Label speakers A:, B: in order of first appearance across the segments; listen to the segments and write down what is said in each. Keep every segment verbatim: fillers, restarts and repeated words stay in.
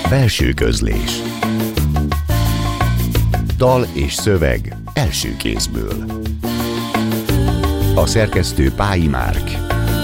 A: Belső közlés. Dal és szöveg első kézből. A szerkesztő Pályi Márk.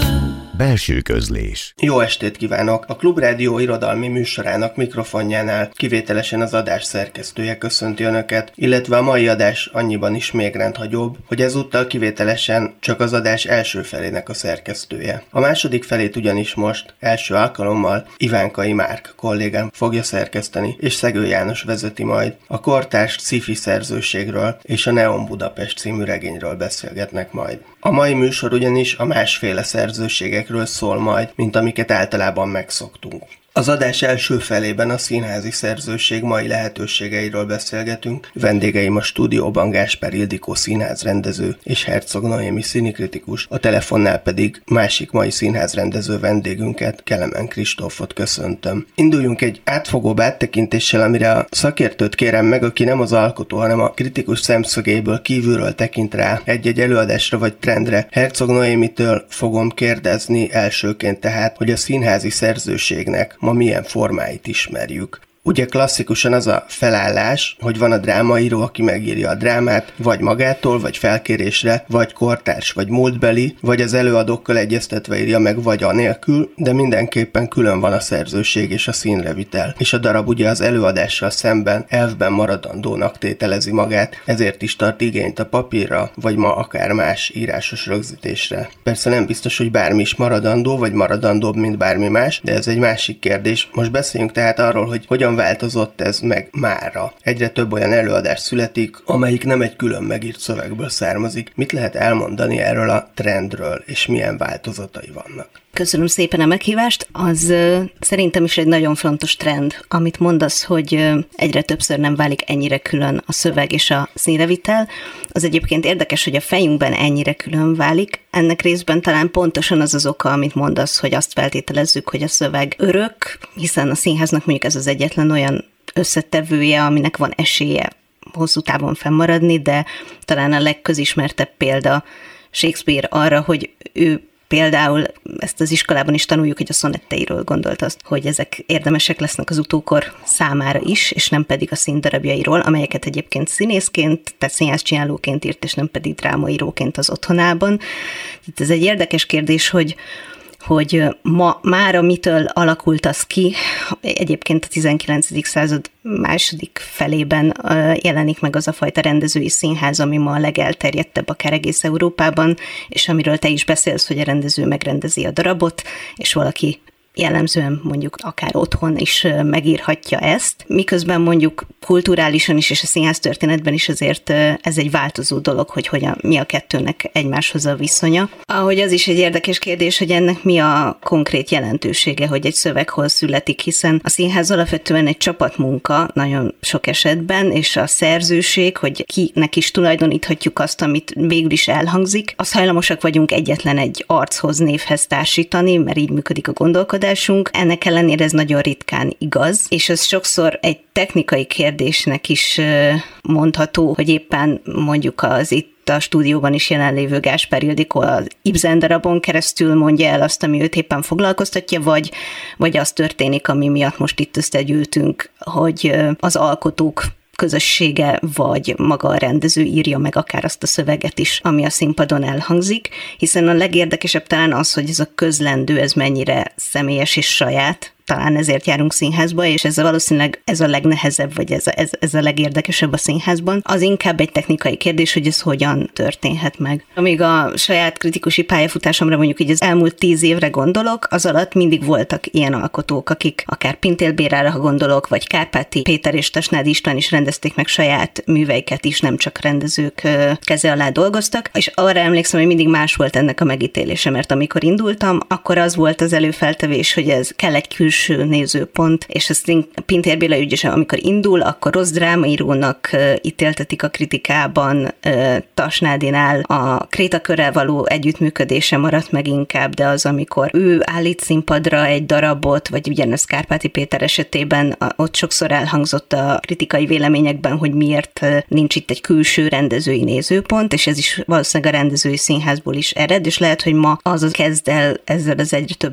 A: Belső közlés.
B: Jó estét kívánok! A Klubrádió irodalmi műsorának mikrofonjánál kivételesen az adás szerkesztője köszönti Önöket, illetve a mai adás annyiban is még rendhagyóbb, hogy ezúttal kivételesen csak az adás első felének a szerkesztője. A második felét ugyanis most első alkalommal Ivánkai Márk kollégám fogja szerkeszteni, és Szegő János vezeti majd. A kortárs sci-fi szerzőségről és a Neon Budapest című regényről beszélgetnek majd. A mai műsor ugyanis a másféle szerzőségekről szól majd, mint amiket általában megszoktunk. Az adás első felében a színházi szerzőség mai lehetőségeiről beszélgetünk. Vendégeim a stúdióban Gáspár Ildikó színházrendező és Herzog Noémi színikritikus, a telefonnál pedig másik mai színházrendező vendégünket, Kelemen Kristófot köszöntöm. Induljunk egy átfogóbb áttekintéssel, amire a szakértőt kérem meg, aki nem az alkotó, hanem a kritikus szemszögéből kívülről tekint rá egy-egy előadásra vagy trendre. Herzog Noémitől fogom kérdezni elsőként tehát, hogy a színházi szerzőségnek ma milyen formáit ismerjük. Ugye klasszikusan az a felállás, hogy van a drámaíró, aki megírja a drámát, vagy magától, vagy felkérésre, vagy kortárs, vagy múltbeli, vagy az előadókkal egyeztetve írja meg, vagy anélkül, de mindenképpen külön van a szerzőség és a színrevitel. És a darab ugye az előadással szemben elvben maradandónak tételezi magát, ezért is tart igényt a papírra, vagy ma akár más írásos rögzítésre. Persze nem biztos, hogy bármi is maradandó, vagy maradandóbb, mint bármi más, de ez egy másik kérdés. Most beszéljünk tehát arról, hogy hogyan változott ez meg mára. Egyre több olyan előadás születik, amelyik nem egy külön megírt szövegből származik. Mit lehet elmondani erről a trendről, és milyen változatai vannak?
C: Köszönöm szépen a meghívást. Az uh, szerintem is egy nagyon fontos trend, amit mondasz, hogy uh, egyre többször nem válik ennyire külön a szöveg és a színrevitel. Az egyébként érdekes, hogy a fejünkben ennyire külön válik. Ennek részben talán pontosan az az oka, amit mondasz, hogy azt feltételezzük, hogy a szöveg örök, hiszen a színháznak mondjuk ez az egyetlen olyan összetevője, aminek van esélye hosszú távon fennmaradni, de talán a legközismertebb példa Shakespeare arra, hogy ő például ezt az iskolában is tanuljuk, hogy a szonetteiről gondolt azt, hogy ezek érdemesek lesznek az utókor számára is, és nem pedig a színdarabjairól, amelyeket egyébként színészként, tehát színházcsinálóként írt, és nem pedig drámaíróként az otthonában. Itt ez egy érdekes kérdés, hogy hogy ma mára mitől alakult az ki, egyébként a tizenkilencedik század második felében jelenik meg az a fajta rendezői színház, ami ma a legelterjedtebb akár egész Európában, és amiről te is beszélsz, hogy a rendező megrendezi a darabot, és valaki jellemzően mondjuk akár otthon is megírhatja ezt, miközben mondjuk kulturálisan is és a színház történetben is azért ez egy változó dolog, hogy hogyan, mi a kettőnek egymáshoz a viszonya. Ahogy az is egy érdekes kérdés, hogy ennek mi a konkrét jelentősége, hogy egy szöveg hol születik, hiszen a színház alapvetően egy csapatmunka nagyon sok esetben, és a szerzőség, hogy kinek is tulajdoníthatjuk azt, amit végül is elhangzik, az hajlamosak vagyunk egyetlen egy archoz, névhez társítani, mert így működik a gondolkodás. Ennek ellenére ez nagyon ritkán igaz, és ez sokszor egy technikai kérdésnek is mondható, hogy éppen mondjuk az itt a stúdióban is jelenlévő Gáspár Ildikó az Ibsen darabon keresztül mondja el azt, ami őt éppen foglalkoztatja, vagy, vagy az történik, ami miatt most itt összegyűltünk, hogy az alkotók közössége, vagy maga a rendező írja meg akár azt a szöveget is, ami a színpadon elhangzik, hiszen a legérdekesebb talán az, hogy ez a közlendő, ez mennyire személyes és saját, talán ezért járunk színházba, és ez valószínűleg ez a legnehezebb, vagy ez a, ez, ez a legérdekesebb a színházban. Az inkább egy technikai kérdés, hogy ez hogyan történhet meg. Amíg a saját kritikusi pályafutásomra mondjuk így az elmúlt tíz évre gondolok, az alatt mindig voltak ilyen alkotók, akik akár Pintér Bérára, ha gondolok, vagy Kárpáti Péter és Tasnádi István is rendezték meg saját műveiket is, nem csak rendezők keze alá dolgoztak, és arra emlékszem, hogy mindig más volt ennek a megítélése, mert amikor indultam, akkor az volt az előfeltevés, hogy ez kell egy külső nézőpont, és ezt Pintér Béla ügy is, amikor indul, akkor rossz drámaírónak ítéltetik a kritikában, Tasnádinál a Krétakörrel való együttműködése maradt meg inkább, de az, amikor ő állít színpadra egy darabot, vagy ugyanez Kárpáti Péter esetében, ott sokszor elhangzott a kritikai véleményekben, hogy miért nincs itt egy külső rendezői nézőpont, és ez is valószínűleg a rendezői színházból is ered, és lehet, hogy ma az kezd el ezzel az egyre több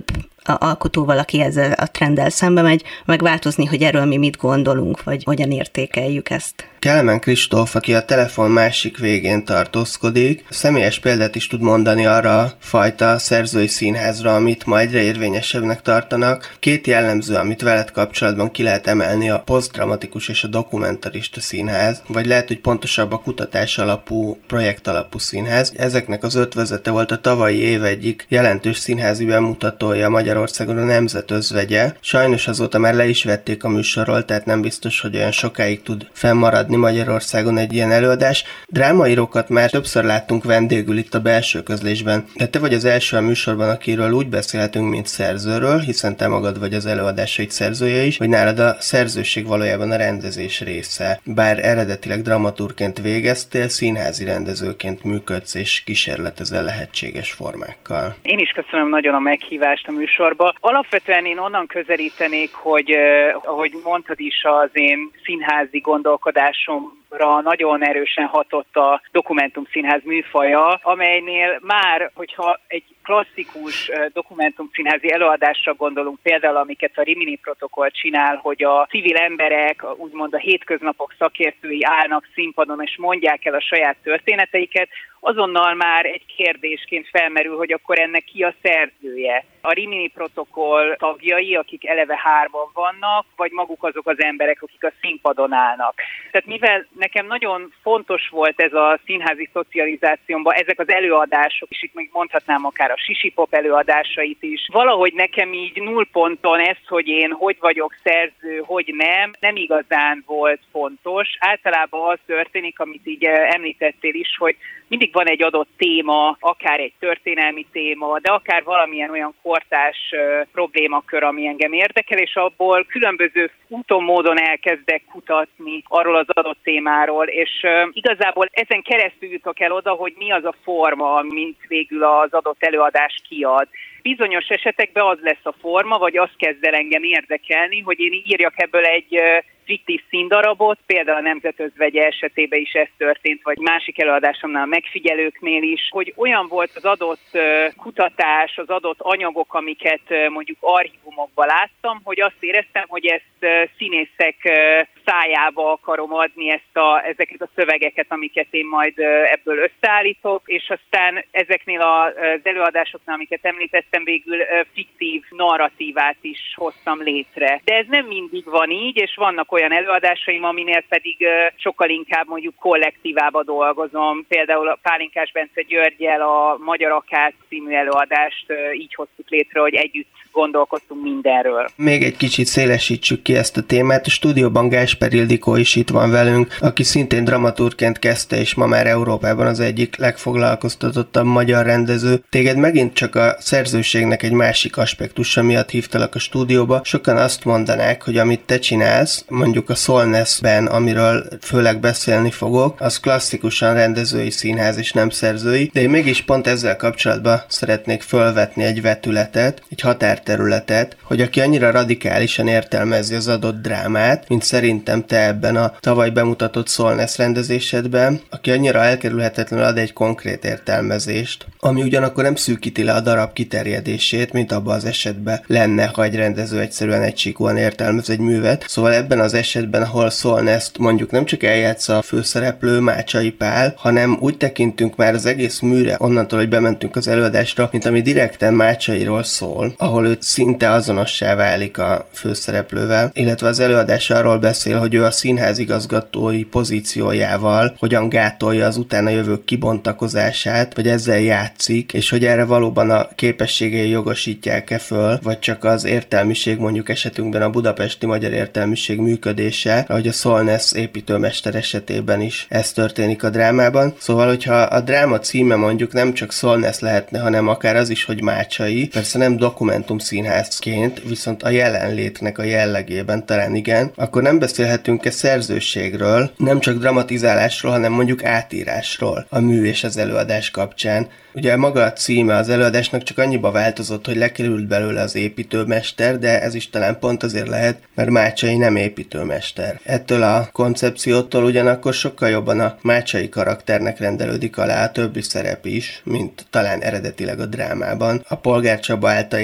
C: a alkotóval, aki ezzel a trenddel szembe megy, meg változni, hogy erről mi mit gondolunk, vagy hogyan értékeljük ezt.
B: Kelemen Kristóf, aki a telefon másik végén tartózkodik, személyes példát is tud mondani arra a fajta szerzői színházra, amit ma egyre érvényesebbnek tartanak. Két jellemző, amit veled kapcsolatban ki lehet emelni, a posztdramatikus és a dokumentarista színház, vagy lehet, hogy pontosabb a kutatás alapú, projekt alapú színház. Ezeknek az ötvözete volt a tavalyi év egyik jelentős színházi bemutatója Magyarországon, a Nemzet özvegye. Sajnos azóta már le is vették a műsorról, tehát nem biztos, hogy olyan sokáig tud fennmaradni Magyarországon egy ilyen előadás. Drámaírókat már többször láttunk vendégül itt a Belső Közlésben, de te vagy az első a műsorban, akiről úgy beszélhetünk, mint szerzőről, hiszen te magad vagy az előadásaid szerzője is, hogy nálad a szerzőség valójában a rendezés része. Bár eredetileg dramaturgként végeztél, színházi rendezőként működsz és kísérletezel lehetséges formákkal.
D: Én is köszönöm nagyon a meghívást a műsorba. Alapvetően én onnan közelítenék, hogy ahogy mondtad is, az én színházi gondolkodás nagyon erősen hatott a dokumentumszínház műfaja, amelynél már, hogyha egy klasszikus dokumentumszínházi előadásra gondolunk, például amiket a Rimini protokoll csinál, hogy a civil emberek, úgymond a hétköznapok szakértői állnak színpadon és mondják el a saját történeteiket, azonnal már egy kérdésként felmerül, hogy akkor ennek ki a szerzője. A Rimini protokoll tagjai, akik eleve hárman vannak, vagy maguk azok az emberek, akik a színpadon állnak. Tehát mivel nekem nagyon fontos volt ez a színházi szocializációmban, ezek az előadások, és itt még mondhatnám akár a Sisipop előadásait is, valahogy nekem így nullponton ez, hogy én hogy vagyok szerző, hogy nem, nem igazán volt fontos. Általában az történik, amit így említettél is, hogy mindig van egy adott téma, akár egy történelmi téma, de akár valamilyen olyan kortárs uh, problémakör, ami engem érdekel, és abból különböző úton, módon elkezdek kutatni arról az adott témáról, és uh, igazából ezen keresztül jutok el oda, hogy mi az a forma, mint végül az adott előadás kiad. Bizonyos esetekben az lesz a forma, vagy az kezd el engem érdekelni, hogy én írjak ebből egy uh, fiktív színdarabot, például a Nemzet özvegye esetében is ez történt, vagy másik előadásomnál a Megfigyelőknél is, hogy olyan volt az adott uh, kutatás, az adott anyagok, amiket uh, mondjuk archívumokban láttam, hogy azt éreztem, hogy ezt uh, színészek uh, szájába akarom adni ezt a, ezeket a szövegeket, amiket én majd uh, ebből összeállítok, és aztán ezeknél a, az előadásoknál, amiket említettem, végül uh, fiktív narratívát is hoztam létre. De ez nem mindig van így, és vannak olyan előadásaim, aminél pedig uh, sokkal inkább mondjuk kollektívába dolgozom. Például a Pálinkás Bence Györggyel a Magyar Akác című előadást uh, így hoztuk létre, hogy együtt gondolkoztunk mindenről.
B: Még egy kicsit szélesítsük ki ezt a témát. A stúdióban Gásper Ildikó is itt van velünk, aki szintén dramaturgként kezdte, és ma már Európában az egyik legfoglalkoztatottabb magyar rendező. Téged megint csak a szerzőségnek egy másik aspektusa miatt hívtalak a stúdióba. Sokan azt mondanák, hogy amit te csinálsz, mondjuk a Szolneszben, amiről főleg beszélni fogok, az klasszikusan rendezői színház és nem szerzői, de én mégis pont ezzel kapcsolatban szeretnék fölvetni egy vetületet, egy határterületet, hogy aki annyira radikálisan értelmezi az adott drámát, mint szerintem te ebben a tavaly bemutatott Szolnesz rendezésedben, aki annyira elkerülhetetlenül ad egy konkrét értelmezést, ami ugyanakkor nem szűkíti le a darab kiterjedését, mint abban az esetben lenne, ha egy rendező egyszerűen egysíkúan értelmez egy művet. Szóval ebben az esetben, ahol Szolneszt mondjuk nem csak eljátsza a főszereplő Mácsai Pál, hanem úgy tekintünk már az egész műre, onnantól, hogy bementünk az előadásra, mint ami direkten Mácsairól szól, ahol ő szinte azonossá válik a főszereplővel, illetve az előadás arról beszél, hogy ő a színház igazgatói pozíciójával hogyan gátolja az utána jövők kibontakozását, vagy ezzel játszik, és hogy erre valóban a képességei jogosítják-e föl, vagy csak az értelmiség, mondjuk esetünkben a budapesti magyar értelmiség működése, ahogy a Szolnesz építőmester esetében is ez történik a drámában. Szóval, hogyha a dráma címe mondjuk nem csak Szolnesz lehetne, hanem akár az is, hogy Mácsai, persze nem dokumentumszínházként, viszont a jelenlétnek a jellegében talán igen, akkor nem beszélhetünk-e szerzőségről, nem csak dramatizálásról, hanem mondjuk átírásról a mű és az előadás kapcsán. Ugye maga a címe az előadásnak csak annyiba változott, hogy lekerült belőle az építőmester, de ez is talán pont azért lehet, mert Mácsai nem építőmester. Ettől a koncepciótól ugyanakkor sokkal jobban a Mácsai karakternek rendelődik alá a többi szerep is, mint talán eredetileg a drámában. A Polgár Csaba által játszott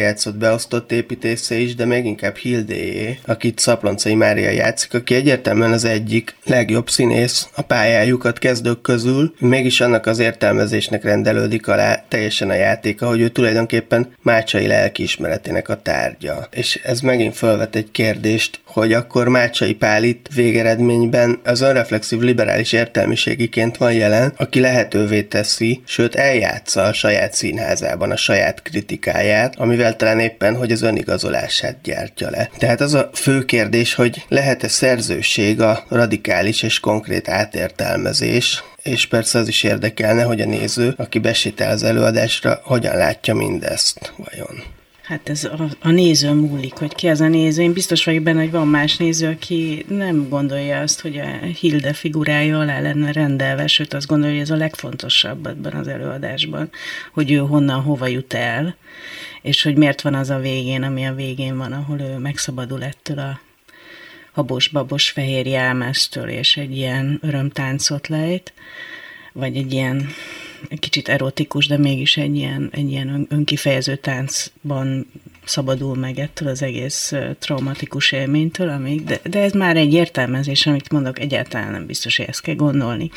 B: beosztott építésze is, de még inkább Hildéjé, akit Szaplancai Mária játszik, aki egyértelműen az egyik legjobb színész a pályájukat kezdők közül, mégis annak az értelmezésnek rendelődik alá teljesen a játéka, hogy ő tulajdonképpen Mácsai lelkiismeretének a tárgya. És ez megint felvet egy kérdést, hogy akkor Mácsai Pál itt végeredményben az önreflexív liberális értelmiségiként van jelen, aki lehetővé teszi, sőt eljátsza a saját színházában a saját kritikáját, amivel talán éppen, hogy az önigazolását gyártja le. Tehát az a fő kérdés, hogy lehet-e szerzőség a radikális és konkrét átértelmezés, és persze az is érdekelne, hogy a néző, aki besétál az előadásra, hogyan látja mindezt vajon.
E: Hát ez a, a nézőn múlik, hogy ki az a néző. Én biztos vagyok benne, hogy van más néző, aki nem gondolja azt, hogy a Hilde figurája alá lenne rendelve, sőt azt gondolja, hogy ez a legfontosabb ebben az előadásban, hogy ő honnan, hova jut el, és hogy miért van az a végén, ami a végén van, ahol ő megszabadul ettől a habos-babos fehér jelmeztől, és egy ilyen örömtáncot lejt, vagy egy ilyen kicsit erotikus, de mégis egy ilyen, egy ilyen önkifejező táncban szabadul meg ettől az egész traumatikus élménytől, amíg, de, de ez már egy értelmezés, amit mondok, egyáltalán nem biztos, hogy ezt kell gondolni.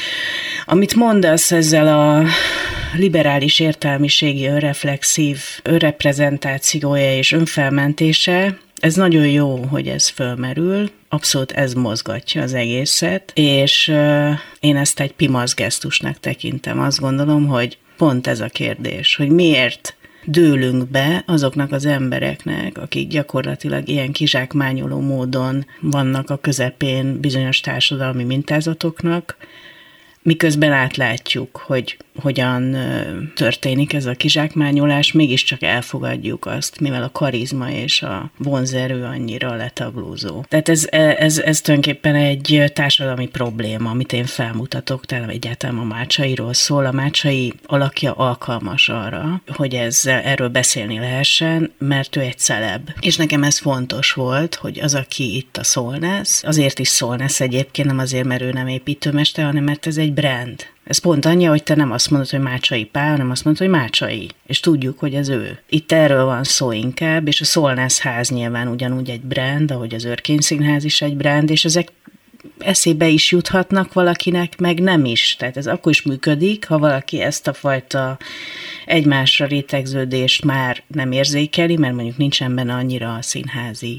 E: Amit mondasz ezzel a liberális értelmiségi önreflexív önreprezentációja és önfelmentése, ez nagyon jó, hogy ez fölmerül, abszolút ez mozgatja az egészet, és uh, én ezt egy pimasz gesztusnak tekintem. Azt gondolom, hogy pont ez a kérdés, hogy miért dőlünk be azoknak az embereknek, akik gyakorlatilag ilyen kizsákmányoló módon vannak a közepén bizonyos társadalmi mintázatoknak, miközben átlátjuk, hogy hogyan történik ez a kizsákmányolás, mégiscsak elfogadjuk azt, mivel a karizma és a vonzerő annyira letaglózó. Tehát ez, ez, ez tulajdonképpen egy társadalmi probléma, amit én felmutatok, tehát egyáltalán a Mácsairól szól. A Mácsai alakja alkalmas arra, hogy ezzel, erről beszélni lehessen, mert ő egy celeb. És nekem ez fontos volt, hogy az, aki itt a Szolnász, azért is Szolnász egyébként, nem azért, mert ő nem építőmester, hanem mert ez egy brand. Ez pont annyi, hogy te nem azt mondod, hogy Mácsai Pál, hanem azt mondod, hogy Mácsai. És tudjuk, hogy ez ő. Itt erről van szó inkább, és a Szolnász ház nyilván ugyanúgy egy brand, ahogy az Örkény Színház is egy brand, és ezek eszébe is juthatnak valakinek, meg nem is. Tehát ez akkor is működik, ha valaki ezt a fajta egymásra rétegződést már nem érzékeli, mert mondjuk nincsen benne annyira a színházi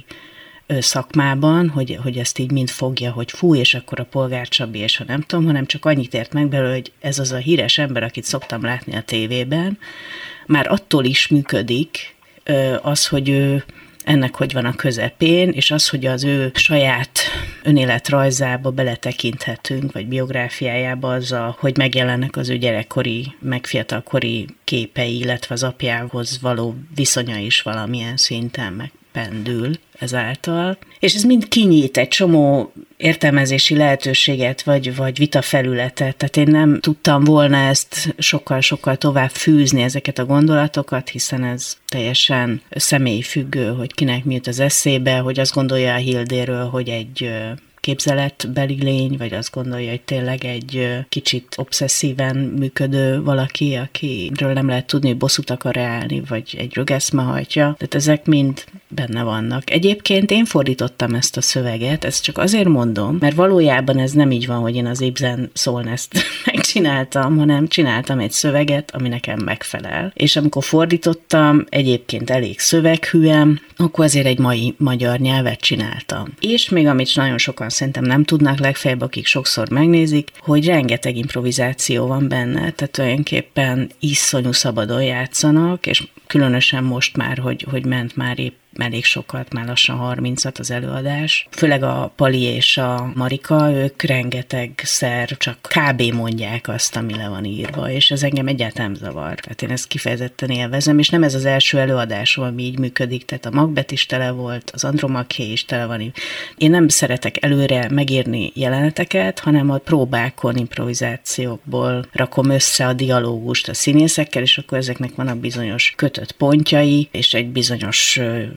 E: szakmában, hogy, hogy ezt így mind fogja, hogy fú, és akkor a Polgár Csabi, és ha nem tudom, hanem csak annyit ért meg belőle, hogy ez az a híres ember, akit szoktam látni a tévében, már attól is működik az, hogy ő ennek hogy van a közepén, és az, hogy az ő saját önéletrajzába beletekinthetünk, vagy biográfiájába azzal, hogy megjelennek az ő gyerekkori, meg fiatalkori képei, illetve az apjához való viszonya is valamilyen szinten megpendül ezáltal. És ez mind kinyit egy csomó értelmezési lehetőséget, vagy, vagy vitafelületet. Tehát én nem tudtam volna ezt sokkal-sokkal tovább fűzni, ezeket a gondolatokat, hiszen ez teljesen személyfüggő, hogy kinek mi jut az eszébe, hogy azt gondolja a Hildéről, hogy egy képzeletbeli lény, vagy azt gondolja, hogy tényleg egy kicsit obszesszíven működő valaki, akiről nem lehet tudni, hogy bosszút akar állni, vagy egy rögeszmehajtja. Tehát ezek mind benne vannak. Egyébként én fordítottam ezt a szöveget, ezt csak azért mondom, mert valójában ez nem így van, hogy én az Ibsen Szolnászt megcsináltam, hanem csináltam egy szöveget, ami nekem megfelel. És amikor fordítottam, egyébként elég szöveghűen, akkor azért egy mai magyar nyelvet csináltam. És még amit nagyon sokan szerintem nem tudnak, legfeljebb, akik sokszor megnézik, hogy rengeteg improvizáció van benne, tehát tulajdonképpen iszonyú szabadon játszanak, és különösen most már, hogy, hogy ment már épp elég sokat, már lassan harmincat az előadás. Főleg a Pali és a Marika, ők rengetegszer csak kb. Mondják azt, ami le van írva, és ez engem egyáltalán zavar. Tehát én ezt kifejezetten élvezem, és nem ez az első előadásom, ami így működik, tehát a Macbeth is tele volt, az Andromaché is tele van. Én nem szeretek előre megírni jeleneteket, hanem a próbákon, improvizációkból rakom össze a dialógust a színészekkel, és akkor ezeknek vannak bizonyos kötött pontjai, és egy bizonyos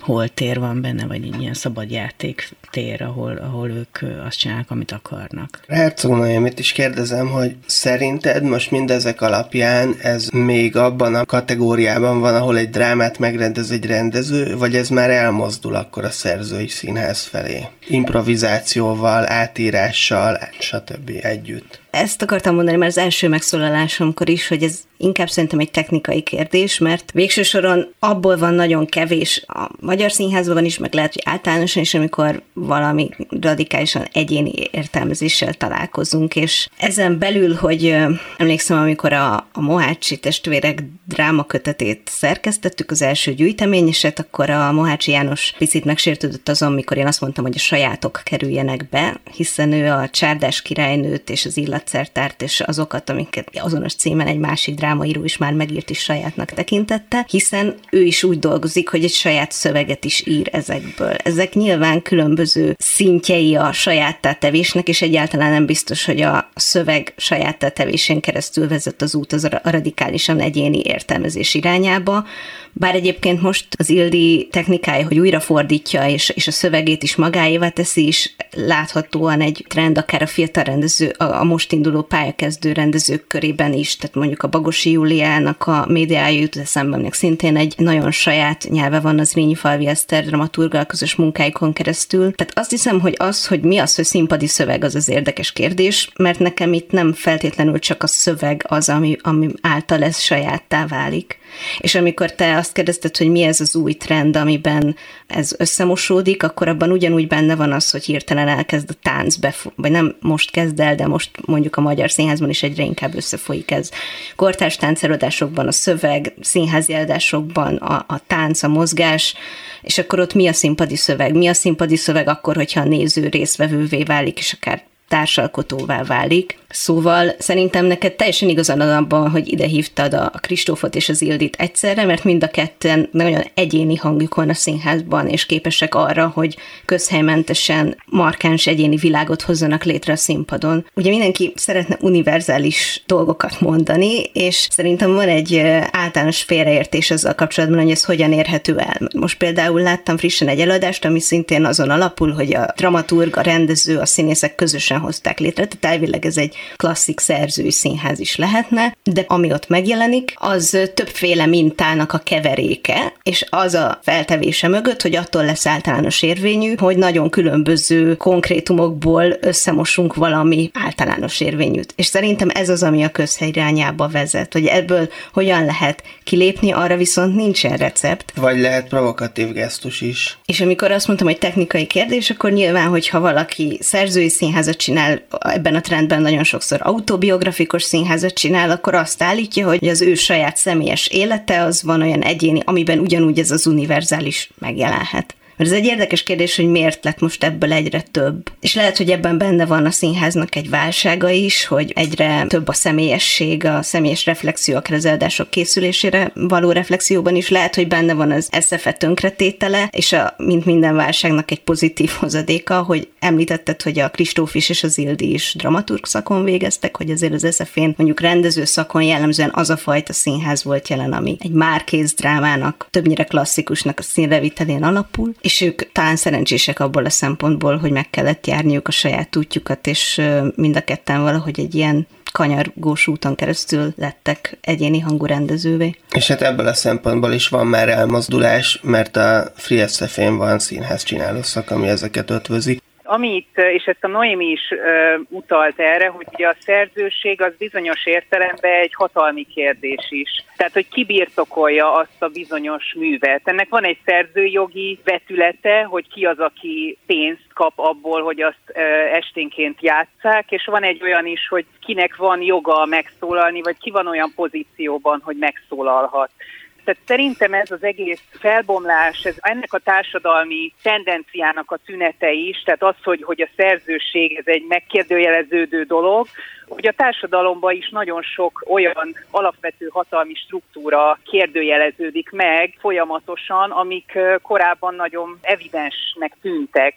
E: holtér van benne, vagy egy ilyen szabadjáték tér, ahol, ahol ők azt csinálnak, amit akarnak.
B: Herzog Noémit is kérdezem, hogy szerinted most mindezek alapján ez még abban a kategóriában van, ahol egy drámát megrendez egy rendező, vagy ez már elmozdul akkor a szerzői színház felé? Improvizációval, átírással, stb. Együtt.
C: Ezt akartam mondani már az első megszólalásomkor is, hogy ez inkább szerintem egy technikai kérdés, mert végső soron abból van nagyon kevés a magyar színházban is, meg lehet, hogy általánosan is, amikor valami radikálisan egyéni értelmezéssel találkozunk, és ezen belül, hogy emlékszem, amikor a, a Mohácsi testvérek drámakötetét szerkesztettük, az első gyűjteményeset, akkor a Mohácsi János picit megsértődött azon, mikor én azt mondtam, hogy a sajátok kerüljenek be, hiszen ő a Csárdás királynőt és az illatszertárt és azokat, amiket azonos címen egy másik drámaíró is már megírt, is sajátnak tekintette, hiszen ő is úgy dolgozik, hogy egy saját szöveget is ír ezekből. Ezek nyilván különböző szintjei a sajáttá tevésnek, és egyáltalán nem biztos, hogy a szöveg sajáttá tevésén keresztül vezet az út az a radikálisan egyéni értelmezés irányába. Bár egyébként most az Ildi technikája, hogy újrafordítja, és, és a szövegét is magáévá teszi, is láthatóan egy trend, akár a fiatal rendező, a, a most induló pályakezdő rendezők körében is, tehát mondjuk a Bagosi Júliának a médiája jut eszembe, aminek szintén egy nagyon saját nyelve van az Rényi-Falvi Eszter dramaturggal közös munkáikon keresztül. Tehát azt hiszem, hogy az, hogy mi az, hogy színpadi szöveg, az az érdekes kérdés, mert nekem itt nem feltétlenül csak a szöveg az, ami, ami által ez sajáttá válik. És amikor te azt kérdezted, hogy mi ez az új trend, amiben ez összemosódik, akkor abban ugyanúgy benne van az, hogy hirtelen elkezd a tánc befo- vagy nem most kezd el, de most mondjuk a magyar színházban is egyre inkább összefolyik ez. Kortárs táncelőadásokban a szöveg, színházi előadásokban a, a tánc, a mozgás, és akkor ott mi a színpadi szöveg? Mi a színpadi szöveg akkor, hogyha a néző résztvevővé válik, és akár társalkotóvá válik. Szóval szerintem neked teljesen igazad abban, hogy ide hívtad a Kristófot és az Ildit egyszerre, mert mind a ketten nagyon egyéni hangjuk van a színházban, és képesek arra, hogy közhelymentesen markáns egyéni világot hozzanak létre a színpadon. Ugye mindenki szeretne univerzális dolgokat mondani, és szerintem van egy általános félreértés azzal kapcsolatban, hogy ez hogyan érhető el. Most például láttam frissen egy előadást, ami szintén azon alapul, hogy a dramaturg, a rendező, a színészek közösen hozták létre, tehát elvileg ez egy klasszik szerzői színház is lehetne, de ami ott megjelenik, az többféle mintának a keveréke, és az a feltevése mögött, hogy attól lesz általános érvényű, hogy nagyon különböző konkrétumokból összemosunk valami általános érvényűt. És szerintem ez az, ami a közhely irányába vezet, hogy ebből hogyan lehet kilépni, arra viszont nincsen recept.
B: Vagy lehet provokatív gesztus is.
C: És amikor azt mondtam, hogy technikai kérdés, akkor nyilván, hogyha valaki szerzői színházat csinál, ebben a trendben nagyon sokszor autobiografikus színházat csinál, akkor azt állítja, hogy az ő saját személyes élete az van olyan egyéni, amiben ugyanúgy ez az univerzális megjelenhet. Mert ez egy érdekes kérdés, hogy miért lett most ebből egyre több. És lehet, hogy ebben benne van a színháznak egy válsága is, hogy egyre több a személyesség, a személyes reflexió, akár az előadások készülésére való reflexióban is. Lehet, hogy benne van az es ef e tönkretétele, és a, mint minden válságnak egy pozitív hozadéka, hogy említetted, hogy a Kristóf is és az Ildi is dramaturg szakon végeztek, hogy azért az es ef én mondjuk rendező szakon jellemzően az a fajta színház volt jelen, ami egy márkész drámának, többnyire klasszikusnak a színrevitelén alapul, és ők talán szerencsések abból a szempontból, hogy meg kellett járniuk a saját útjukat, és mind a ketten valahogy egy ilyen kanyargós úton keresztül lettek egyéni hangú rendezővé.
B: És hát ebből a szempontból is van már elmozdulás, mert a Free es ef én van színház csináló szak, ami ezeket ötvözi.
D: Amit, és ezt a Noémi is uh, utalt erre, hogy ugye a szerzőség az bizonyos értelemben egy hatalmi kérdés is. Tehát, hogy ki birtokolja azt a bizonyos művet. Ennek van egy szerzőjogi vetülete, hogy ki az, aki pénzt kap abból, hogy azt uh, esténként játsszák, és van egy olyan is, hogy kinek van joga megszólalni, vagy ki van olyan pozícióban, hogy megszólalhat. Tehát szerintem ez az egész felbomlás, ez ennek a társadalmi tendenciának a tünete is, tehát az, hogy, hogy a szerzőség ez egy megkérdőjeleződő dolog, hogy a társadalomban is nagyon sok olyan alapvető hatalmi struktúra kérdőjeleződik meg folyamatosan, amik korábban nagyon evidensnek tűntek.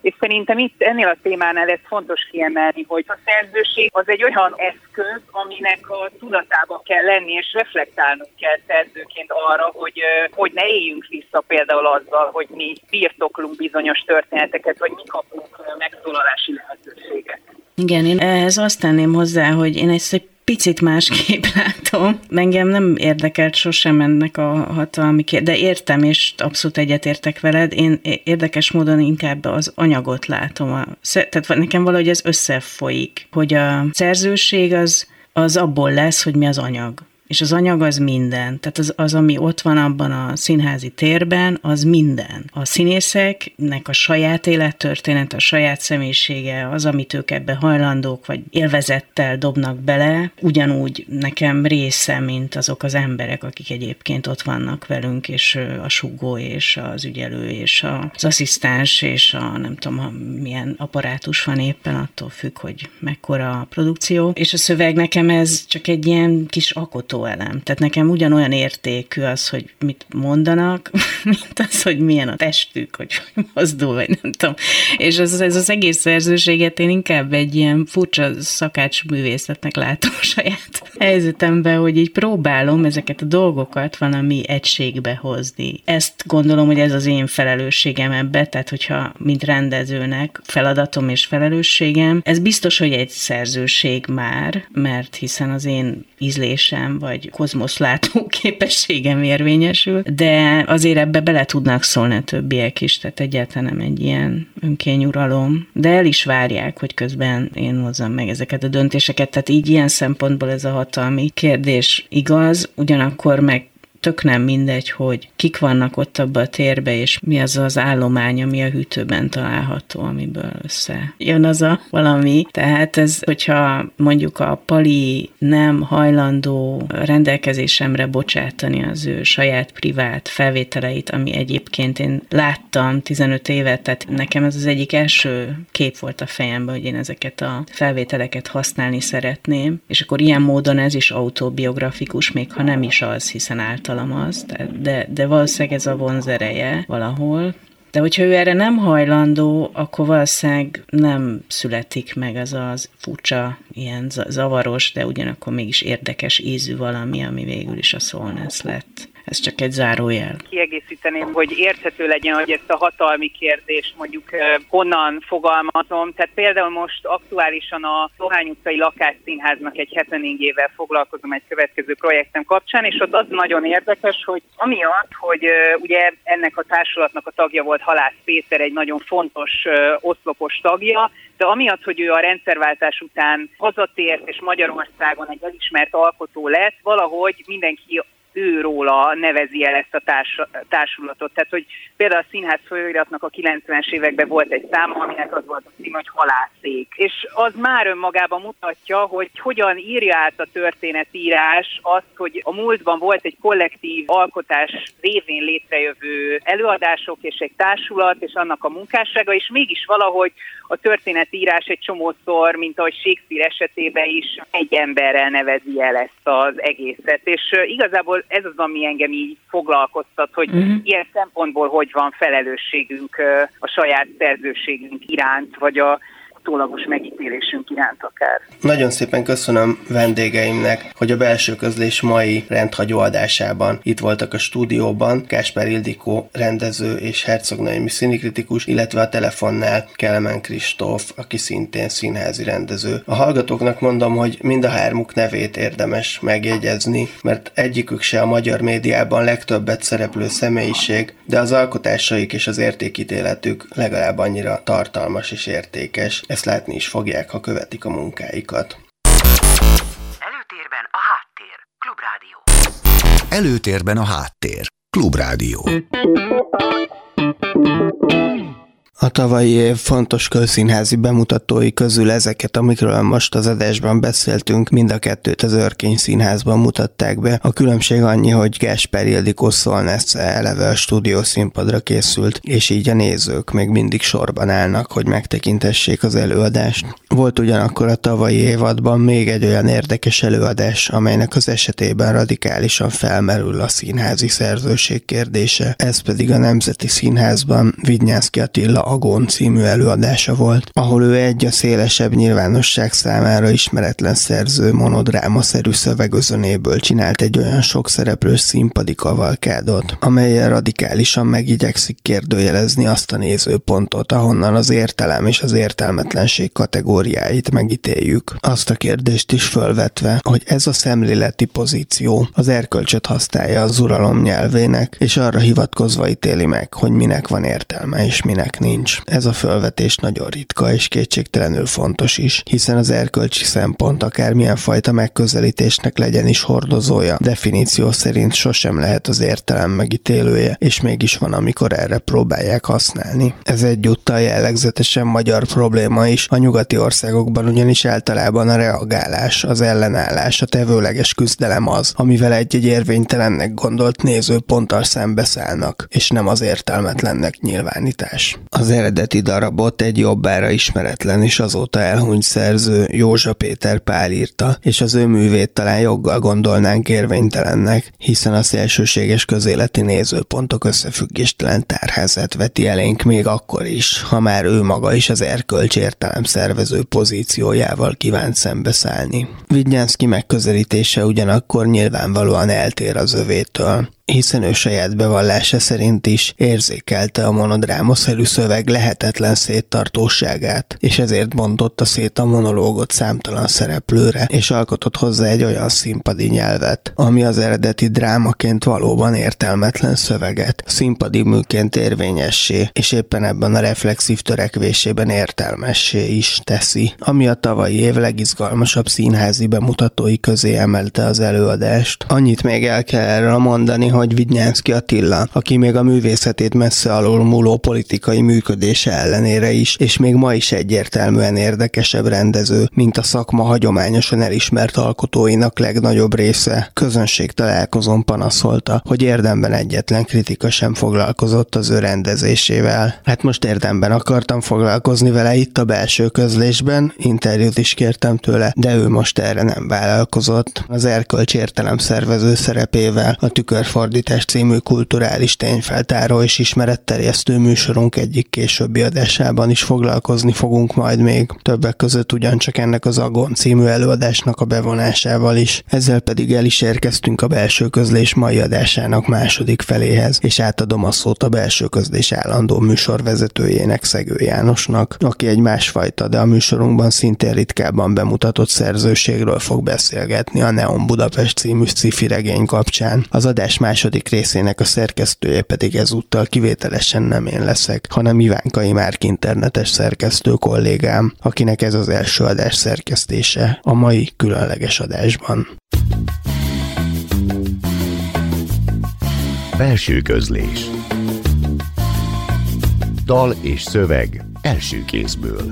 D: És szerintem itt ennél a témánál ez fontos kiemelni, hogy a szerzőség az egy olyan eszköz, aminek a tudatába kell lenni, és reflektálnunk kell szerzőként arra, hogy, hogy ne éljünk vissza például azzal, hogy mi birtoklunk bizonyos történeteket, vagy mi kapunk megszólalási lehetőséget.
E: Igen, én ehhez azt tenném hozzá, hogy én ezt egy picit másképp látom. Engem nem érdekelt sosem ennek a hatalmi kérdés, de értem, és abszolút egyetértek veled. Én érdekes módon inkább az anyagot látom. Tehát nekem valahogy ez összefolyik, hogy a szerzőség az, az abból lesz, hogy mi az anyag. És az anyag az minden. Tehát az, az, ami ott van abban a színházi térben, az minden. A színészeknek a saját élettörténet, a saját személyisége, az, amit ők ebbe hajlandók, vagy élvezettel dobnak bele, ugyanúgy nekem része, mint azok az emberek, akik egyébként ott vannak velünk, és a sugó, és az ügyelő, és az asszisztens, és a nem tudom, milyen apparátus van éppen, attól függ, hogy mekkora a produkció. És a szöveg nekem ez csak egy ilyen kis akotó elem. Tehát nekem ugyanolyan értékű az, hogy mit mondanak, mint az, hogy milyen a testük, hogy mozdul, vagy nem tudom. És ez, ez az egész szerzőséget én inkább egy ilyen furcsa szakácsművészetnek látom a saját helyzetemben, hogy így próbálom ezeket a dolgokat valami egységbe hozni. Ezt gondolom, hogy ez az én felelősségem ebbe, tehát hogyha mint rendezőnek feladatom és felelősségem, ez biztos, hogy egy szerzőség már, mert hiszen az én ízlésem vagy kozmoszlátó képességem érvényesül, de azért ebbe bele tudnak szólni a többiek is, tehát egyáltalán nem egy ilyen önkényuralom, de el is várják, hogy közben én hozzam meg ezeket a döntéseket, tehát így ilyen szempontból ez a hatalmi kérdés igaz, ugyanakkor meg tök nem mindegy, hogy kik vannak ott abba a térbe, és mi az az állomány, ami a hűtőben található, amiből össze jön az a valami. Tehát ez, hogyha mondjuk a Pali nem hajlandó rendelkezésemre bocsátani az ő saját privát felvételeit, ami egyébként én láttam tizenöt évet, tehát nekem ez az egyik első kép volt a fejemben, hogy én ezeket a felvételeket használni szeretném, és akkor ilyen módon ez is autobiografikus, még ha nem is az, hiszen által az, de, de valószínűleg ez a vonzereje valahol. De hogyha ő erre nem hajlandó, akkor valószínűleg nem születik meg az az furcsa, ilyen zavaros, de ugyanakkor mégis érdekes ízű valami, ami végül is a Szolnesz lett. Ez csak egy zárójel.
D: Kiegészíteném, hogy érthető legyen, hogy ezt a hatalmi kérdést mondjuk honnan fogalmazom. Tehát például most aktuálisan a Dohány utcai Lakásszínháznak egy hetvenév évvel foglalkozom egy következő projektem kapcsán, és ott az nagyon érdekes, hogy amiatt, hogy ugye ennek a társulatnak a tagja volt Halász Péter, egy nagyon fontos oszlopos tagja, de amiatt, hogy ő a rendszerváltás után hazatért, és Magyarországon egy elismert alkotó lett, valahogy mindenki őróla nevezi el ezt a társ, társulatot. Tehát, hogy például a színház folyóiratnak a kilencvenes években volt egy száma, aminek az volt a cím, hogy Halászék. És az már önmagában mutatja, hogy hogyan írja át a történetírás azt, hogy a múltban volt egy kollektív alkotás révén létrejövő előadások és egy társulat, és annak a munkássága, és mégis valahogy a történetírás egy csomószor, mint ahogy Shakespeare esetében is, egy emberrel nevezi el ezt az egészet. És igazából ez az, ami engem így foglalkoztat, hogy uh-huh. ilyen szempontból hogy van felelősségünk a saját szerzőségünk iránt, vagy a utólagos megítélésünk iránt akár.
B: Nagyon szépen köszönöm vendégeimnek, hogy a Belső Közlés mai rendhagyó adásában itt voltak a stúdióban. Gáspár Ildikó rendező és Herceg Noémi színikritikus, illetve a telefonnál Kelemen Kristóf, aki szintén színházi rendező. A hallgatóknak mondom, hogy mind a hármuk nevét érdemes megjegyezni, mert egyikük se a magyar médiában legtöbbet szereplő személyiség, de az alkotásaik és az értékítéletük legalább annyira tartalmas és értékes. Ezt látni is fogják, ha követik a munkáikat.
F: Előtérben a háttér. Klubrádió.
A: Előtérben a háttér. Klubrádió.
B: A tavalyi év fontos közszínházi bemutatói közül ezeket, amikről most az adásban beszéltünk, mind a kettőt az Örkény Színházban mutatták be. A különbség annyi, hogy Gáspár Ildikó Szolnesz eleve a stúdiószínpadra készült, és így a nézők még mindig sorban állnak, hogy megtekintessék az előadást. Volt ugyanakkor a tavalyi évadban még egy olyan érdekes előadás, amelynek az esetében radikálisan felmerül a színházi szerzőség kérdése. Ez pedig a Nemzeti Színházban Vidnyánszky Attila Agón című előadása volt, ahol ő egy a szélesebb nyilvánosság számára ismeretlen szerző monodrámaszerű szövegözönéből csinált egy olyan sok szereplős színpadi kavalkádot, amellyel radikálisan megigyekszik kérdőjelezni azt a nézőpontot, ahonnan az értelem és az értelmetlenség kategóriáit megítéljük. Azt a kérdést is fölvetve, hogy ez a szemléleti pozíció az erkölcsöt használja az uralom nyelvének, és arra hivatkozva ítéli meg, hogy minek van értelme és minek nincs. Ez a fölvetés nagyon ritka és kétségtelenül fontos is, hiszen az erkölcsi szempont akármilyen fajta megközelítésnek legyen is hordozója, definíció szerint sosem lehet az értelem megítélője, és mégis van, amikor erre próbálják használni. Ez egyúttal jellegzetesen magyar probléma is, a nyugati országokban ugyanis általában a reagálás, az ellenállás, a tevőleges küzdelem az, amivel egy-egy érvénytelennek gondolt nézőponttal szembeszállnak, és nem az értelmetlennek nyilvánítás. Az eredeti darabot egy jobbára ismeretlen és azóta elhunyt szerző, Józsa Péter Pál írta, és az ő művét talán joggal gondolnánk érvénytelennek, hiszen a szélsőséges közéleti nézőpontok összefüggéstelen tárházát veti elénk még akkor is, ha már ő maga is az erkölcs értelemszervező pozíciójával kívánt szembeszállni. Widnyánszky megközelítése ugyanakkor nyilvánvalóan eltér az övétől, hiszen ő saját bevallása szerint is érzékelte a monodrámaszerű szöveg lehetetlen széttartóságát, és ezért bontotta szét a monológot számtalan szereplőre, és alkotott hozzá egy olyan színpadi nyelvet, ami az eredeti drámaként valóban értelmetlen szöveget színpadi műként érvényessé, és éppen ebben a reflexív törekvésében értelmessé is teszi, ami a tavalyi év legizgalmasabb színházi bemutatói közé emelte az előadást. Annyit még el kell erről mondani, hogy Widnyánszky Attila, aki még a művészetét messze alól múló politikai működése ellenére is, és még ma is egyértelműen érdekesebb rendező, mint a szakma hagyományosan elismert alkotóinak legnagyobb része, közönség találkozón panaszolta, hogy érdemben egyetlen kritika sem foglalkozott az ő rendezésével. Hát most érdemben akartam foglalkozni vele itt a belső közlésben, interjút is kértem tőle, de ő most erre nem vállalkozott. Az erkölcs értelemszervező szerepével a Tükörfordítás című kulturális tényfeltáró és ismeretterjesztő műsorunk egyik későbbi adásában is foglalkozni fogunk majd még, többek között ugyancsak ennek az Agón című előadásnak a bevonásával is. Ezzel pedig el is érkeztünk a belső közlés mai adásának második feléhez, és átadom a szót a belső közlés állandó műsorvezetőjének, Szegő Jánosnak, aki egy másfajta, de a műsorunkban szintén ritkábban bemutatott szerzőségről fog beszélgetni a Neon Budapest című sci-fi regény kapcsán. Az adás második részének a szerkesztője pedig ezúttal kivételesen nem én leszek, hanem Ivánkai Márk internetes szerkesztő kollégám, akinek ez az első adás szerkesztése a mai különleges adásban.
A: Belső közlés. Dal és szöveg első kézből.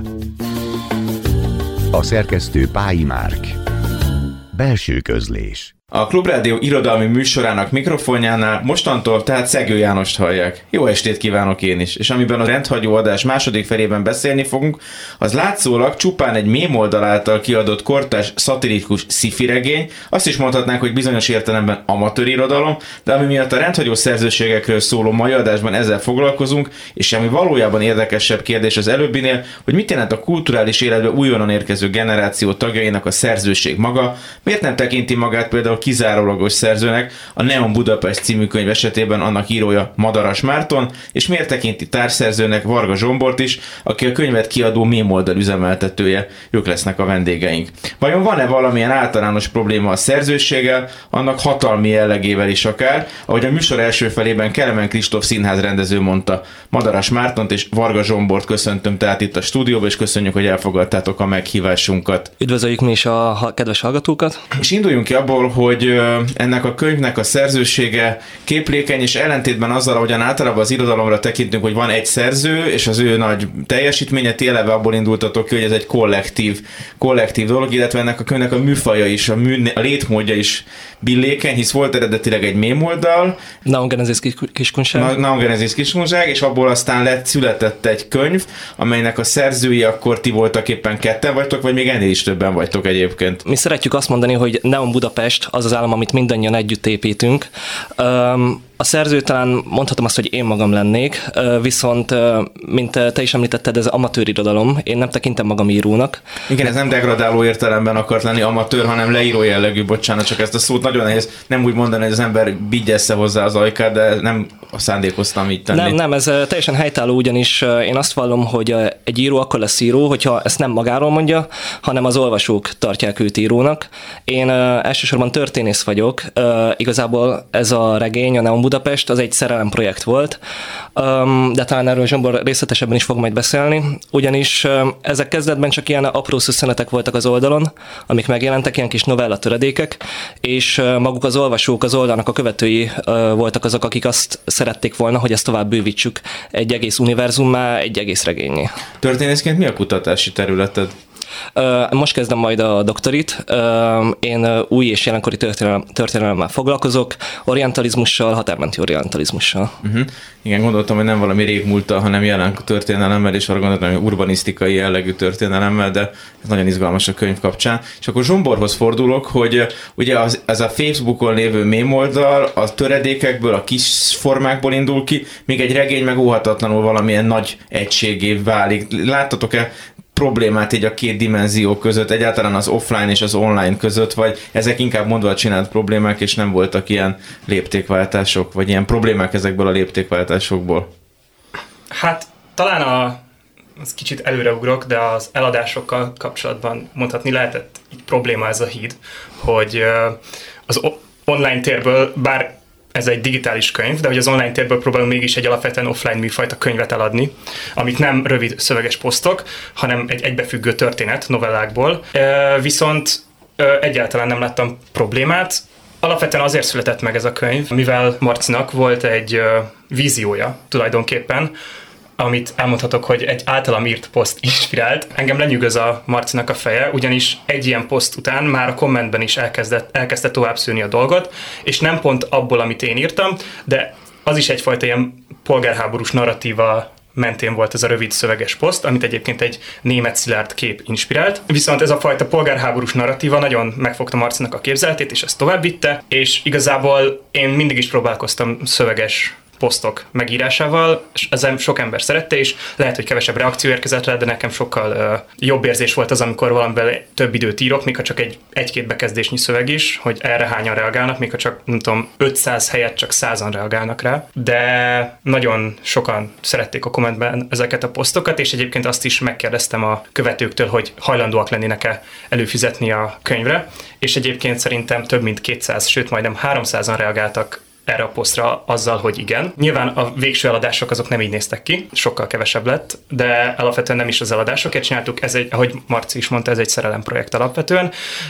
A: A szerkesztő Pályi Márk. Belső közlés.
G: A Klubrádió irodalmi műsorának mikrofonjánál mostantól tehát Szegő Jánost hallják. Jó estét kívánok én is, és amiben a rendhagyó adás második felében beszélni fogunk, az látszólag csupán egy mémoldal által kiadott kortárs szatirikus sci-fi regény, azt is mondhatnánk, hogy bizonyos értelemben amatőr irodalom, de ami miatt a rendhagyó szerzőségekről szóló mai adásban ezzel foglalkozunk, és ami valójában érdekesebb kérdés az előbbinél, hogy mit jelent a kulturális életbe újonnan érkező generáció tagjainak a szerzőség maga, miért nem tekinti magát például kizárólagos szerzőnek, a Neon Budapest című könyv esetében annak írója Madaras Márton, és miért tekinti társszerzőnek Varga Zsombort is, aki a könyvet kiadó mémoldal üzemeltetője. Ők lesznek a vendégeink. Vajon van-e valamilyen általános probléma a szerzőséggel, annak hatalmi jellegével is akár, ahogy a műsor első felében Kelemen Kristóf színházrendező mondta. Madaras Mártont és Varga Zsombort köszöntöm tehát itt a stúdióban, és köszönjük, hogy elfogadtátok a meghívásunkat.
H: Üdvözöljük mi is a kedves hallgatókat.
G: És induljunk ki abból, hogy ennek a könyvnek a szerzősége képlékeny, és ellentétben azzal, ahogyan általában az irodalomra tekintünk, hogy van egy szerző, és az ő nagy teljesítménye, ti eleve abból indultatok ki, hogy ez egy kollektív, kollektív dolog, illetve ennek a könyvnek a műfaja is, a, mű, a létmódja is billékeny, hisz volt eredetileg egy mémoldal.
H: Naongenesis kiskunság.
G: Naongenesis kiskunság, és abból aztán lett, született egy könyv, amelynek a szerzői akkor ti voltak éppen ketten vagytok, vagy még ennél is többen vagytok egyébként.
H: Mi szeretjük azt mondani, hogy Neon Budapest az az állam, amit mindannyian együtt építünk. Um, A szerző talán mondhatom azt, hogy én magam lennék, viszont, mint te is említetted, ez amatőr irodalom, én nem tekintem magam írónak.
G: Igen, ez nem degradáló értelemben akart lenni amatőr, hanem leíró jellegű, bocsánat, csak ezt a szót nagyon nehéz nem úgy mondani, hogy az ember bigyessze hozzá az ajkát, de nem szándékoztam így tenni.
H: Nem, nem, ez teljesen helytálló, ugyanis én azt vallom, hogy egy író akkor lesz író, hogyha ezt nem magáról mondja, hanem az olvasók tartják őt írónak. Én elsősorban történész vagyok, igazából ez a regény, a Neon Budapest, az egy szerelem projekt volt, de talán erről Zsombor részletesebben is fog majd beszélni, ugyanis ezek kezdetben csak ilyen apró szüsszenetek voltak az oldalon, amik megjelentek, ilyen kis novella töredékek, és maguk az olvasók, az oldalnak a követői voltak azok, akik azt szerették volna, hogy ezt tovább bővítsük egy egész univerzummá, egy egész regényé.
G: Történészként mi a kutatási területed?
H: Most kezdem majd a doktorit. Én új és jelenkori történelem, történelemmel foglalkozok, orientalizmussal, határmenti orientalizmussal. Uh-huh.
G: Igen, gondoltam, hogy nem valami régmúlttal, hanem jelen történelemmel, és arra gondoltam, hogy urbanisztikai jellegű történelemmel, de ez nagyon izgalmas a könyv kapcsán. És akkor Zsomborhoz fordulok, hogy ugye az, ez a Facebookon lévő mémoldal a töredékekből, a kis formákból indul ki, míg egy regény meg óhatatlanul valamilyen nagy egységé válik. Láttatok-e problémát így a két dimenzió között, egyáltalán az offline és az online között, vagy ezek inkább mondva csinált problémák, és nem voltak ilyen léptékváltások, vagy ilyen problémák ezekből a léptékváltásokból?
I: Hát talán a, az kicsit előreugrok, de az eladásokkal kapcsolatban mondhatni lehetett így probléma ez a híd, hogy az online térből, bár ez egy digitális könyv, de hogy az online térből próbálunk mégis egy alapvetően offline műfajta könyvet eladni, amik nem rövid szöveges posztok, hanem egy egybefüggő történet novellákból. Viszont egyáltalán nem láttam problémát. Alapvetően azért született meg ez a könyv, mivel Marcinak volt egy víziója tulajdonképpen, amit elmondhatok, hogy egy általam írt poszt inspirált. Engem lenyűgöz a Marcinak a feje, ugyanis egy ilyen poszt után már a kommentben is elkezdett, elkezdte tovább szűrni a dolgot, és nem pont abból, amit én írtam, de az is egyfajta ilyen polgárháborús narratíva mentén volt ez a rövid szöveges poszt, amit egyébként egy német Szilárd kép inspirált. Viszont ez a fajta polgárháborús narratíva nagyon megfogta Marcinak a képzeletét, és ezt tovább vitte, és igazából én mindig is próbálkoztam szöveges posztok megírásával, és ezen sok ember szerette, és lehet, hogy kevesebb reakció érkezett rá, de nekem sokkal uh, jobb érzés volt az, amikor valamivel több időt írok, még ha csak egy, egy-két bekezdésnyi szöveg is, hogy erre hányan reagálnak, még ha csak, nem tudom, ötszáz helyett csak százan reagálnak rá, de nagyon sokan szerették a kommentben ezeket a posztokat, és egyébként azt is megkérdeztem a követőktől, hogy hajlandóak lennének-e előfizetni a könyvre, és egyébként szerintem több mint kétszáz, sőt majdnem háromszázan reagáltak erre a posztra azzal, hogy igen. Nyilván a végső eladások azok nem így néztek ki, sokkal kevesebb lett, de alapvetően nem is az eladásokért csináltuk, ez egy, ahogy Marci is mondta, ez egy szerelemprojekt alapvetően,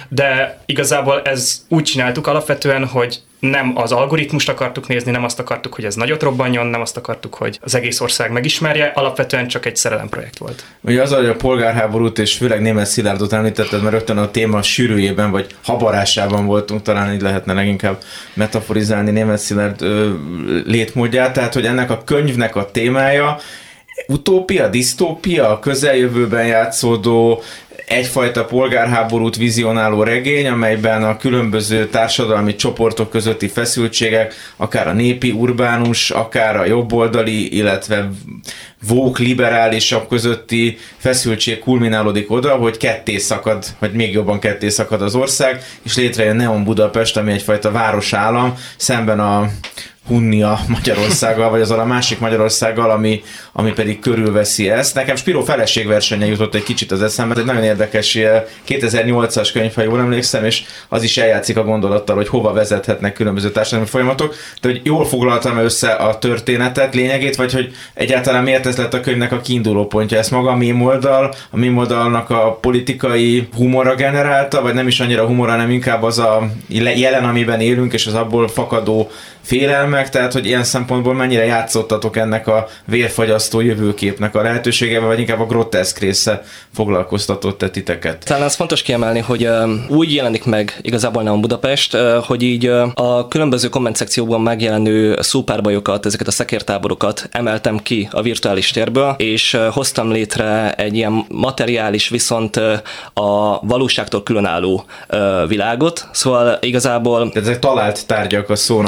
I: de igazából ez úgy csináltuk alapvetően, hogy nem az algoritmust akartuk nézni, nem azt akartuk, hogy ez nagyot robbanjon, nem azt akartuk, hogy az egész ország megismerje, alapvetően csak egy szerelemprojekt volt.
G: Ugye az, hogy a polgárháborút és főleg német Szilárdot említetted, mert rögtön a téma sűrűjében vagy habarásában voltunk, talán így lehetne leginkább metaforizálni német Szilárd ö, létmódját, tehát hogy ennek a könyvnek a témája utópia, disztópia, a közeljövőben játszódó egyfajta polgárháborút vizionáló regény, amelyben a különböző társadalmi csoportok közötti feszültségek, akár a népi, urbánus, akár a jobboldali, illetve woke, liberálisabb közötti feszültség kulminálódik oda, hogy ketté szakad, vagy még jobban ketté szakad az ország, és létrejön Neon Budapest, ami egyfajta városállam, szemben a Hunnia Magyarországgal, vagy azzal a másik Magyarországgal, ami, ami pedig körülveszi ezt. Nekem Spiró feleségversenye jutott egy kicsit az eszembe, egy nagyon érdekes kétezer-nyolcas könyv, ha jól emlékszem, és az is eljátszik a gondolattal, hogy hova vezethetnek különböző társadalmi folyamatok. De hogy jól foglaltam össze a történetet, lényegét, vagy hogy egyáltalán miért ez lett a könyvnek a kiinduló pontja? Ezt maga a mémoldal, a mémoldalnak a politikai humora generálta, vagy nem is annyira humora, hanem inkább az a jelen, amiben élünk, és az abból fakadó félelmek, tehát hogy ilyen szempontból mennyire játszottatok ennek a vérfagyasztó jövőképnek a lehetőségével, vagy inkább a groteszk része foglalkoztatott-e titeket?
H: Talán az fontos kiemelni, hogy uh, úgy jelenik meg igazából Neon Budapest, uh, hogy így uh, a különböző komment szekciókban megjelenő szópárbajokat, ezeket a szekértáborokat emeltem ki a virtuális térből, és uh, hoztam létre egy ilyen materiális, viszont uh, a valóságtól különálló uh, világot. Szóval igazából...
G: ezek talált tárgyak a szónak abban az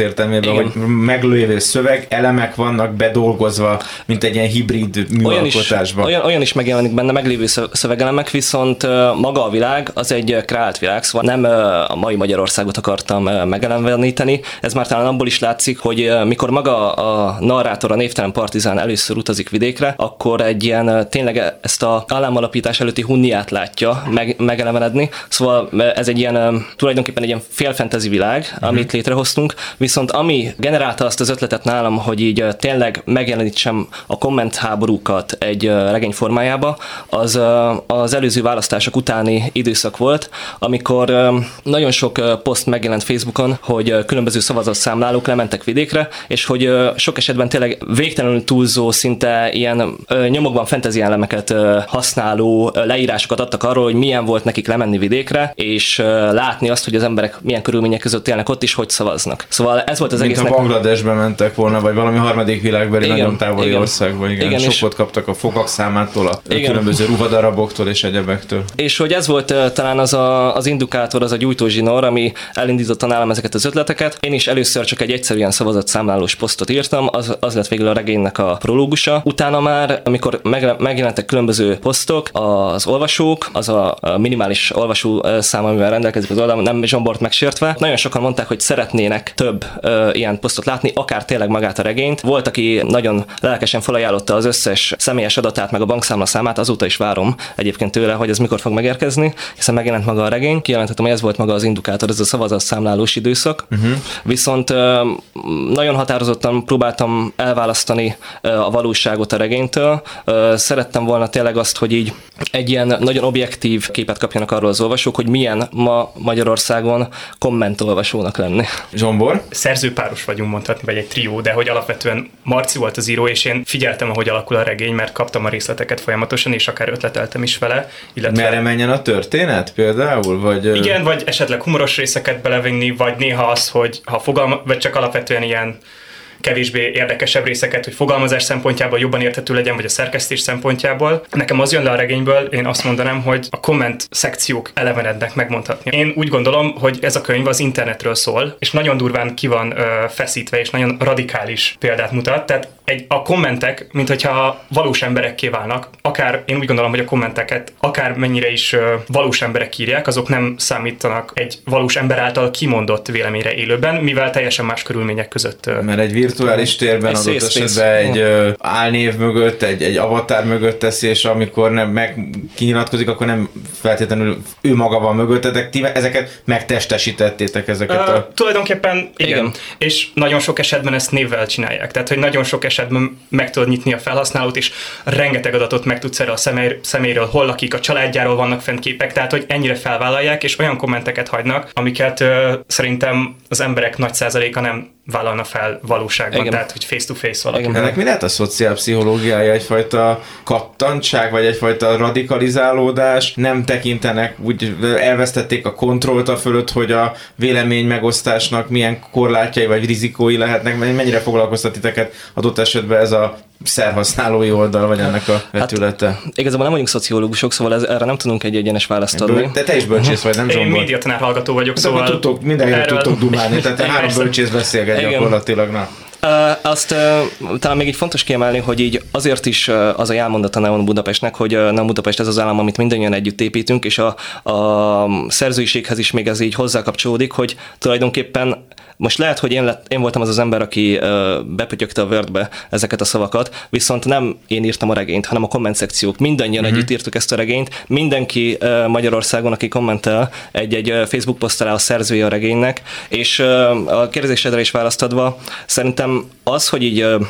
G: értelmében,
H: Igen.
G: hogy meglévő szöveg, elemek vannak bedolgozva, mint egy ilyen hibrid műalkotásban.
H: Olyan is, olyan, olyan is megjelenik benne meglévő szövegelemek, viszont maga a világ az egy kreált világ, szóval nem a mai Magyarországot akartam megjeleníteni. Ez már talán abból is látszik, hogy mikor maga a narrátor, a névtelen partizán először utazik vidékre, akkor egy ilyen tényleg ezt a állámalapítás előtti hunniát látja meg, megelevenedni. Szóval ez egy ilyen tulajdonképpen egy ilyen félfentezi világ, uh-huh. amit létrehoztunk, viszont ami generálta azt az ötletet nálam, hogy így tényleg megjelenítsem a kommentháborúkat egy regény formájába, az az előző választások utáni időszak volt, amikor nagyon sok poszt megjelent Facebookon, hogy különböző szavazatszámlálók lementek vidékre, és hogy sok esetben tényleg végtelenül túlzó, szinte ilyen nyomokban fantasy elemeket használó leírásokat adtak arról, hogy milyen volt nekik lemenni vidékre, és látni azt, hogy az emberek milyen körülmények között élnek ott is, hogy szavaznak. Szóval ez volt az
G: mint
H: egésznek...
G: Mint a Bangladesbe mentek volna, vagy valami harmadik világbeli
H: igen,
G: nagyon távoli
H: igen.
G: országban. Igen, igen, sokkot kaptak a fogak számától, a igen. különböző ruhadaraboktól és egyebektől.
H: És hogy ez volt uh, talán az a, az indukátor, az a gyújtózsinór, ami elindította nálam ezeket az ötleteket. Én is először csak egy egyszerűen szavazatszámlálós posztot írtam, az, az lett végül a regénynek a prológusa. Utána már, amikor meg, megjelentek különböző posztok, az olvasók, az a minimális olvasó szám, amivel rendelkezik az oldalon, nem zsombort megsértve. Nagyon sokan mondták, hogy szeretnének több uh, ilyen posztot látni, akár tényleg magát a regényt. Volt, aki nagyon lelkesen felajánlotta az összes személyes adatát, meg a bankszámla számát, azóta is várom egyébként tőle, hogy ez mikor fog megérkezni, hiszen megjelent maga a regény. Kijelentettem, hogy ez volt maga az indukátor, ez a szavazatszámlálós időszak. Uh-huh. Viszont uh, nagyon határozottan próbáltam elválasztani uh, a valóságot a regénytől. Uh, szerettem volna tényleg azt, hogy így egy ilyen nagyon objektív képet kapjanak arról az olvasók, hogy milyen ma Magyarországon kommentolvasónak lenni.
G: Zsombor?
I: Szerzőpáros vagyunk mondhatni, vagy egy trió, de hogy alapvetően Marci volt az író, és én figyeltem, ahogy alakul a regény, mert kaptam a részleteket folyamatosan, és akár ötleteltem is vele. Illetve...
G: Merre menjen a történet például? Vagy...
I: Igen, vagy esetleg humoros részeket belevinni, vagy néha az, hogy ha fogalma, vagy csak alapvetően ilyen kevésbé érdekesebb részeket, hogy fogalmazás szempontjából jobban érthető legyen, vagy a szerkesztés szempontjából. Nekem az jön le a regényből, én azt mondanám, hogy a komment szekciók elevenednek, megmondhatni. Én úgy gondolom, hogy ez a könyv az internetről szól, és nagyon durván ki van ö, feszítve, és nagyon radikális példát mutat. Tehát egy, a kommentek, mint hogyha valós emberekké válnak, akár én úgy gondolom, hogy a kommenteket akár mennyire is ö, valós emberek írják, azok nem számítanak egy valós ember által kimondott véleményre élőben, mivel teljesen más körülmények között. Ö,
G: Mert egy virtuális térben adott esetben egy ö, álnév mögött, egy, egy avatár mögött teszi, és amikor nem meg kinyilatkozik, akkor nem feltétlenül ő maga van mögöttetek, ti ezeket megtestesítettétek ezeket
I: uh,
G: a...
I: Tulajdonképpen igen. igen. És nagyon sok esetben ezt névvel csinálják. Tehát, hogy nagyon sok esetben meg tudod nyitni a felhasználót, és rengeteg adatot meg tudsz erre a személy, személyről, hol lakik, a családjáról vannak fent képek, tehát, hogy ennyire felvállalják, és olyan kommenteket hagynak, amiket uh, szerintem az emberek nagy százaléka nem vállalna fel valóságban, igen. Tehát, hogy face-to-face valaki.
G: Ennek mi lehet a szociálpszichológiája? Egyfajta kattantság, vagy egyfajta radikalizálódás? Nem tekintenek, úgy elvesztették a kontrollt a fölött, hogy a vélemény megosztásnak milyen korlátjai vagy rizikói lehetnek, mennyire foglalkoztat titeket adott esetben ez a szerhasználói oldal, vagy ennek a vetülete? Hát,
H: igazából nem vagyunk szociológusok, szóval ez, erre nem tudunk egy egyenes választ adni.
G: De te is bölcsész vagy, nem
I: Én
G: Zsombor?
I: médiatanár hallgató vagyok,
G: hát
I: szóval...
G: Tudtok, mindenre tudtok dumálni, tehát három bölcsész beszélget gyakorlatilag. Na.
H: Uh, azt uh, talán még így fontos kiemelni, hogy így azért is uh, az a jelmondat a Neon Budapestnek, hogy uh, Neon Budapest ez az állam, amit mindannyian együtt építünk, és a, a szerzőiséghez is még ez így hozzákapcsolódik, hogy tulajdonképpen most lehet, hogy én, lett, én voltam az az ember, aki uh, bepötyögte a Wordbe ezeket a szavakat, viszont nem én írtam a regényt, hanem a komment szekciók. Mindannyian uh-huh. együtt írtuk ezt a regényt. Mindenki uh, Magyarországon, aki kommentel, egy-egy uh, Facebook poszttal a szerzője a regénynek, és uh, a kérdésedre is választ adva, szerintem az, hogy így uh,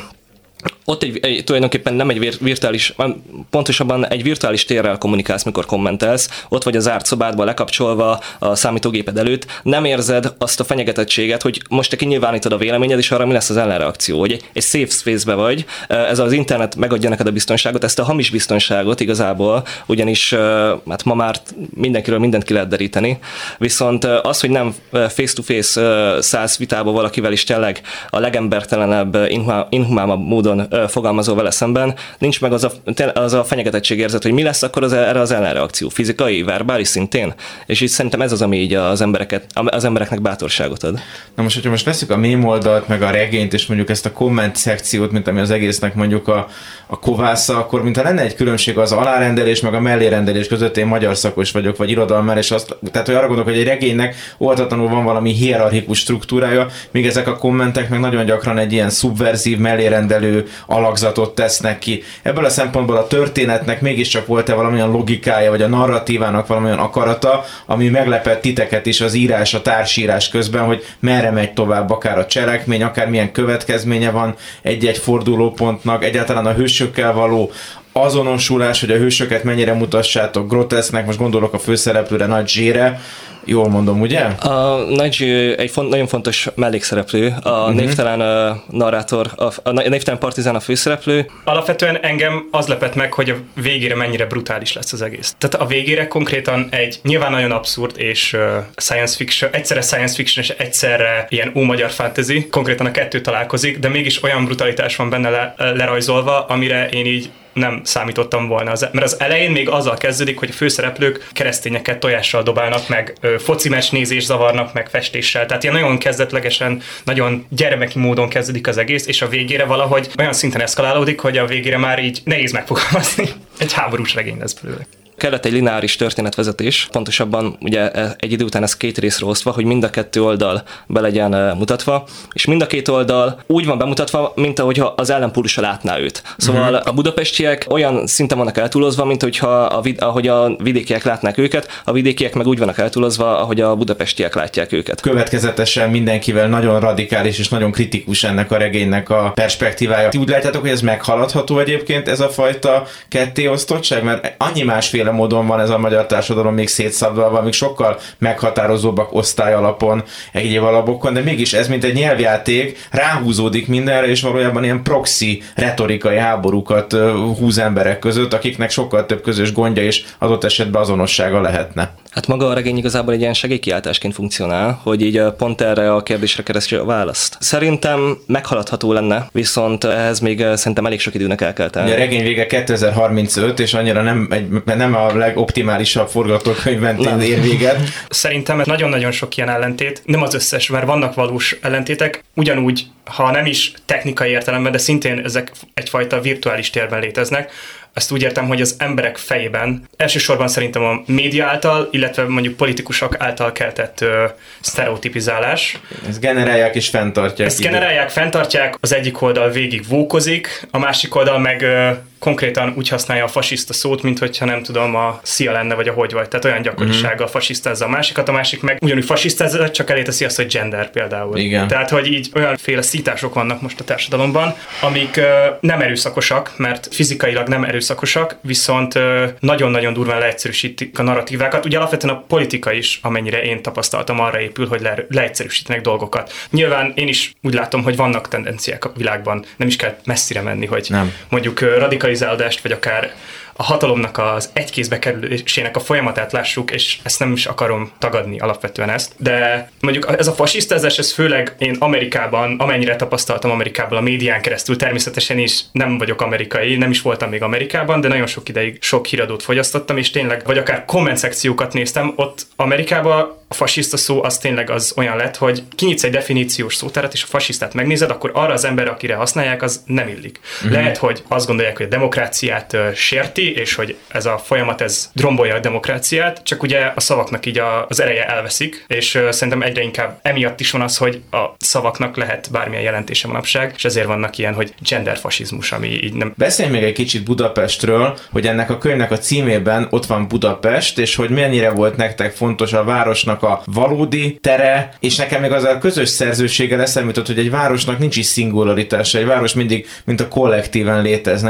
H: ott egy, egy, tulajdonképpen nem egy virtuális, pontosabban egy virtuális térrel kommunikálsz, mikor kommentelsz, ott vagy a zárt szobádban lekapcsolva a számítógéped előtt, nem érzed azt a fenyegetettséget, hogy most te kinyilvánítod a véleményed, és arra mi lesz az ellenreakció, hogy egy, egy safe space-be vagy, ez az internet megadja neked a biztonságot, ezt a hamis biztonságot igazából, ugyanis hát ma már mindenkiről mindent ki lehet deríteni, viszont az, hogy nem face-to-face szállsz vitába valakivel is tényleg a legembertelenebb, inhumámabb módon fogalmazol vele szemben, nincs meg az a, az a fenyegetettségérzet, hogy mi lesz akkor az, erre az ellenreakció, fizikai, verbális szintén, és így szerintem ez az, ami így az, embereket, az embereknek bátorságot ad.
G: Na most, hogyha most veszük a mém oldalt, meg a regényt, és mondjuk ezt a komment szekciót, mint ami az egésznek mondjuk a, a kovásza, akkor mintha lenne egy különbség az alárendelés, meg a mellérendelés között, én magyar szakos vagyok, vagy irodalmár, és azt, tehát hogy arra gondolok, hogy egy regénynek óvatatlanul van valami hierarchikus struktúrája, míg ezek a kommentek meg nagyon gyakran egy ilyen szubverzív, mellérendelő alakzatot tesznek ki. Ebből a szempontból a történetnek mégiscsak volt-e valamilyen logikája, vagy a narratívának valamilyen akarata, ami meglepett titeket is az írás, a társírás közben, hogy merre megy tovább akár a cselekmény, akár milyen következménye van egy-egy fordulópontnak, egyáltalán a hősökkel való azonosulás, hogy a hősöket mennyire mutassátok grotesznek, most gondolok a főszereplőre, Nagy Zsére, jól mondom, ugye?
H: A Nagy Zsé egy font, nagyon fontos mellékszereplő, a uh-huh. névtelen uh, narrátor, a, a névtelen partizán a főszereplő.
I: Alapvetően engem az lepett meg, hogy a végére mennyire brutális lesz az egész. Tehát a végére konkrétan egy nyilván nagyon abszurd és uh, science fiction, egyszerre science fiction és egyszerre ilyen ómagyar fantasy, konkrétan a kettő találkozik, de mégis olyan brutalitás van benne le, lerajzolva, amire én így nem számítottam volna. Az, mert az elején még azzal kezdődik, hogy a főszereplők keresztényeket tojással dobálnak, meg ö, foci meccs nézés zavarnak, meg festéssel. Tehát ilyen nagyon kezdetlegesen, nagyon gyermeki módon kezdődik az egész, és a végére valahogy olyan szinten eszkalálódik, hogy a végére már így nehéz megfogalmazni. Egy háborús regény lesz belőle.
H: Kellett egy lineáris történetvezetés, pontosabban ugye egy idő után ez két részre osztva, hogy mind a kettő oldal be legyen mutatva, és mind a két oldal úgy van bemutatva, mint ahogyha az ellenpólusa látná őt. Szóval uh-huh. a budapestiek olyan szinten vannak eltúlozva, mint hogyha a, vid- ahogy a vidékiek látnák őket, a vidékiek meg úgy vannak eltúlozva, ahogy a budapestiek látják őket. Következetesen mindenkivel nagyon radikális és nagyon kritikus ennek a regénynek a perspektívája. Ti úgy látjátok, hogy ez meghaladható egyébként ez a fajta kettéosztottság, mert annyi másféle módon van ez a magyar társadalom még szétszabdalva, még sokkal meghatározóbbak osztály alapon, egyéb alapokon, de mégis ez mint egy nyelvjáték ráhúzódik mindenre, és valójában ilyen proxy retorikai háborúkat húz emberek között, akiknek sokkal több közös gondja és adott esetben azonossága lehetne. Hát maga a regény igazából egy ilyen segélykiáltásként funkcionál, hogy így pont erre a kérdésre keresztül a választ. Szerintem meghaladható lenne, viszont ehhez még szerintem elég sok időnek el kell tenni. A regény vége kétezer-harmincöt, és annyira nem, egy, nem a legoptimálisabb forgatókönyv mentén ér véget.
I: Szerintem nagyon-nagyon sok ilyen ellentét, nem az összes, mert vannak valós ellentétek, ugyanúgy, ha nem is technikai értelemben, de szintén ezek egyfajta virtuális térben léteznek. Ezt úgy értem, hogy az emberek fejében elsősorban szerintem a média által, illetve mondjuk politikusok által keltett ö, sztereotipizálás.
G: Ezt generálják és fenntartják.
I: Ezt generálják, fenntartják, az egyik oldal végig vókozik, a másik oldal meg ö, konkrétan úgy használja a fasiszta szót, mint hogyha nem tudom, a szia lenne, vagy a hogy vagy. Tehát olyan gyakorisággal uh-huh. fasisztázza a másikat, a másik meg ugyanúgy fasisztázza, csak eléteszi azt, hogy gender például.
G: Igen.
I: Tehát, hogy így olyanféle szítások vannak most a társadalomban, amik ö, nem erőszakosak, mert fizikailag nem erőszakosak, viszont ö, nagyon-nagyon durván leegyszerűsítik a narratívákat. Ugye alapvetően a politika is, amennyire én tapasztaltam, arra épül, hogy le, leegyszerűsítenek dolgokat. Nyilván én is úgy látom, hogy vannak tendenciák a világban, nem is kell messzire menni, hogy nem. mondjuk radikalizálódást, vagy akár a hatalomnak az egykézbe kerülésének a folyamatát lássuk, és ezt nem is akarom tagadni alapvetően ezt. De mondjuk ez a fasisztázás, ez főleg én Amerikában, amennyire tapasztaltam Amerikában a médián keresztül, természetesen is nem vagyok amerikai, nem is voltam még Amerikában, de nagyon sok ideig sok híradót fogyasztottam, és tényleg, vagy akár komment szekciókat néztem, ott Amerikában a fasiszta szó az tényleg az olyan lett, hogy kinyitsz egy definíciós szótárat, és a fasisztát megnézed, akkor arra az ember, akire használják, az nem illik. Uh-huh. Lehet, hogy azt gondolják, hogy a demokráciát uh, sérti, és hogy ez a folyamat, ez drombolja a demokráciát, csak ugye a szavaknak így a, az ereje elveszik, és uh, szerintem egyre inkább emiatt is van az, hogy a szavaknak lehet bármilyen jelentése manapság, és ezért vannak ilyen, hogy genderfasizmus, ami így nem...
G: Beszélj még egy kicsit Budapestről, hogy ennek a könyvnek a címében ott van Budapest, és hogy mennyire volt nektek fontos a városnak a valódi tere, és nekem még az a közös szerzőséggel eszembe jutott, hogy egy városnak nincs is szingularitása, egy város mindig, mint a kollektíven létezne, mindig több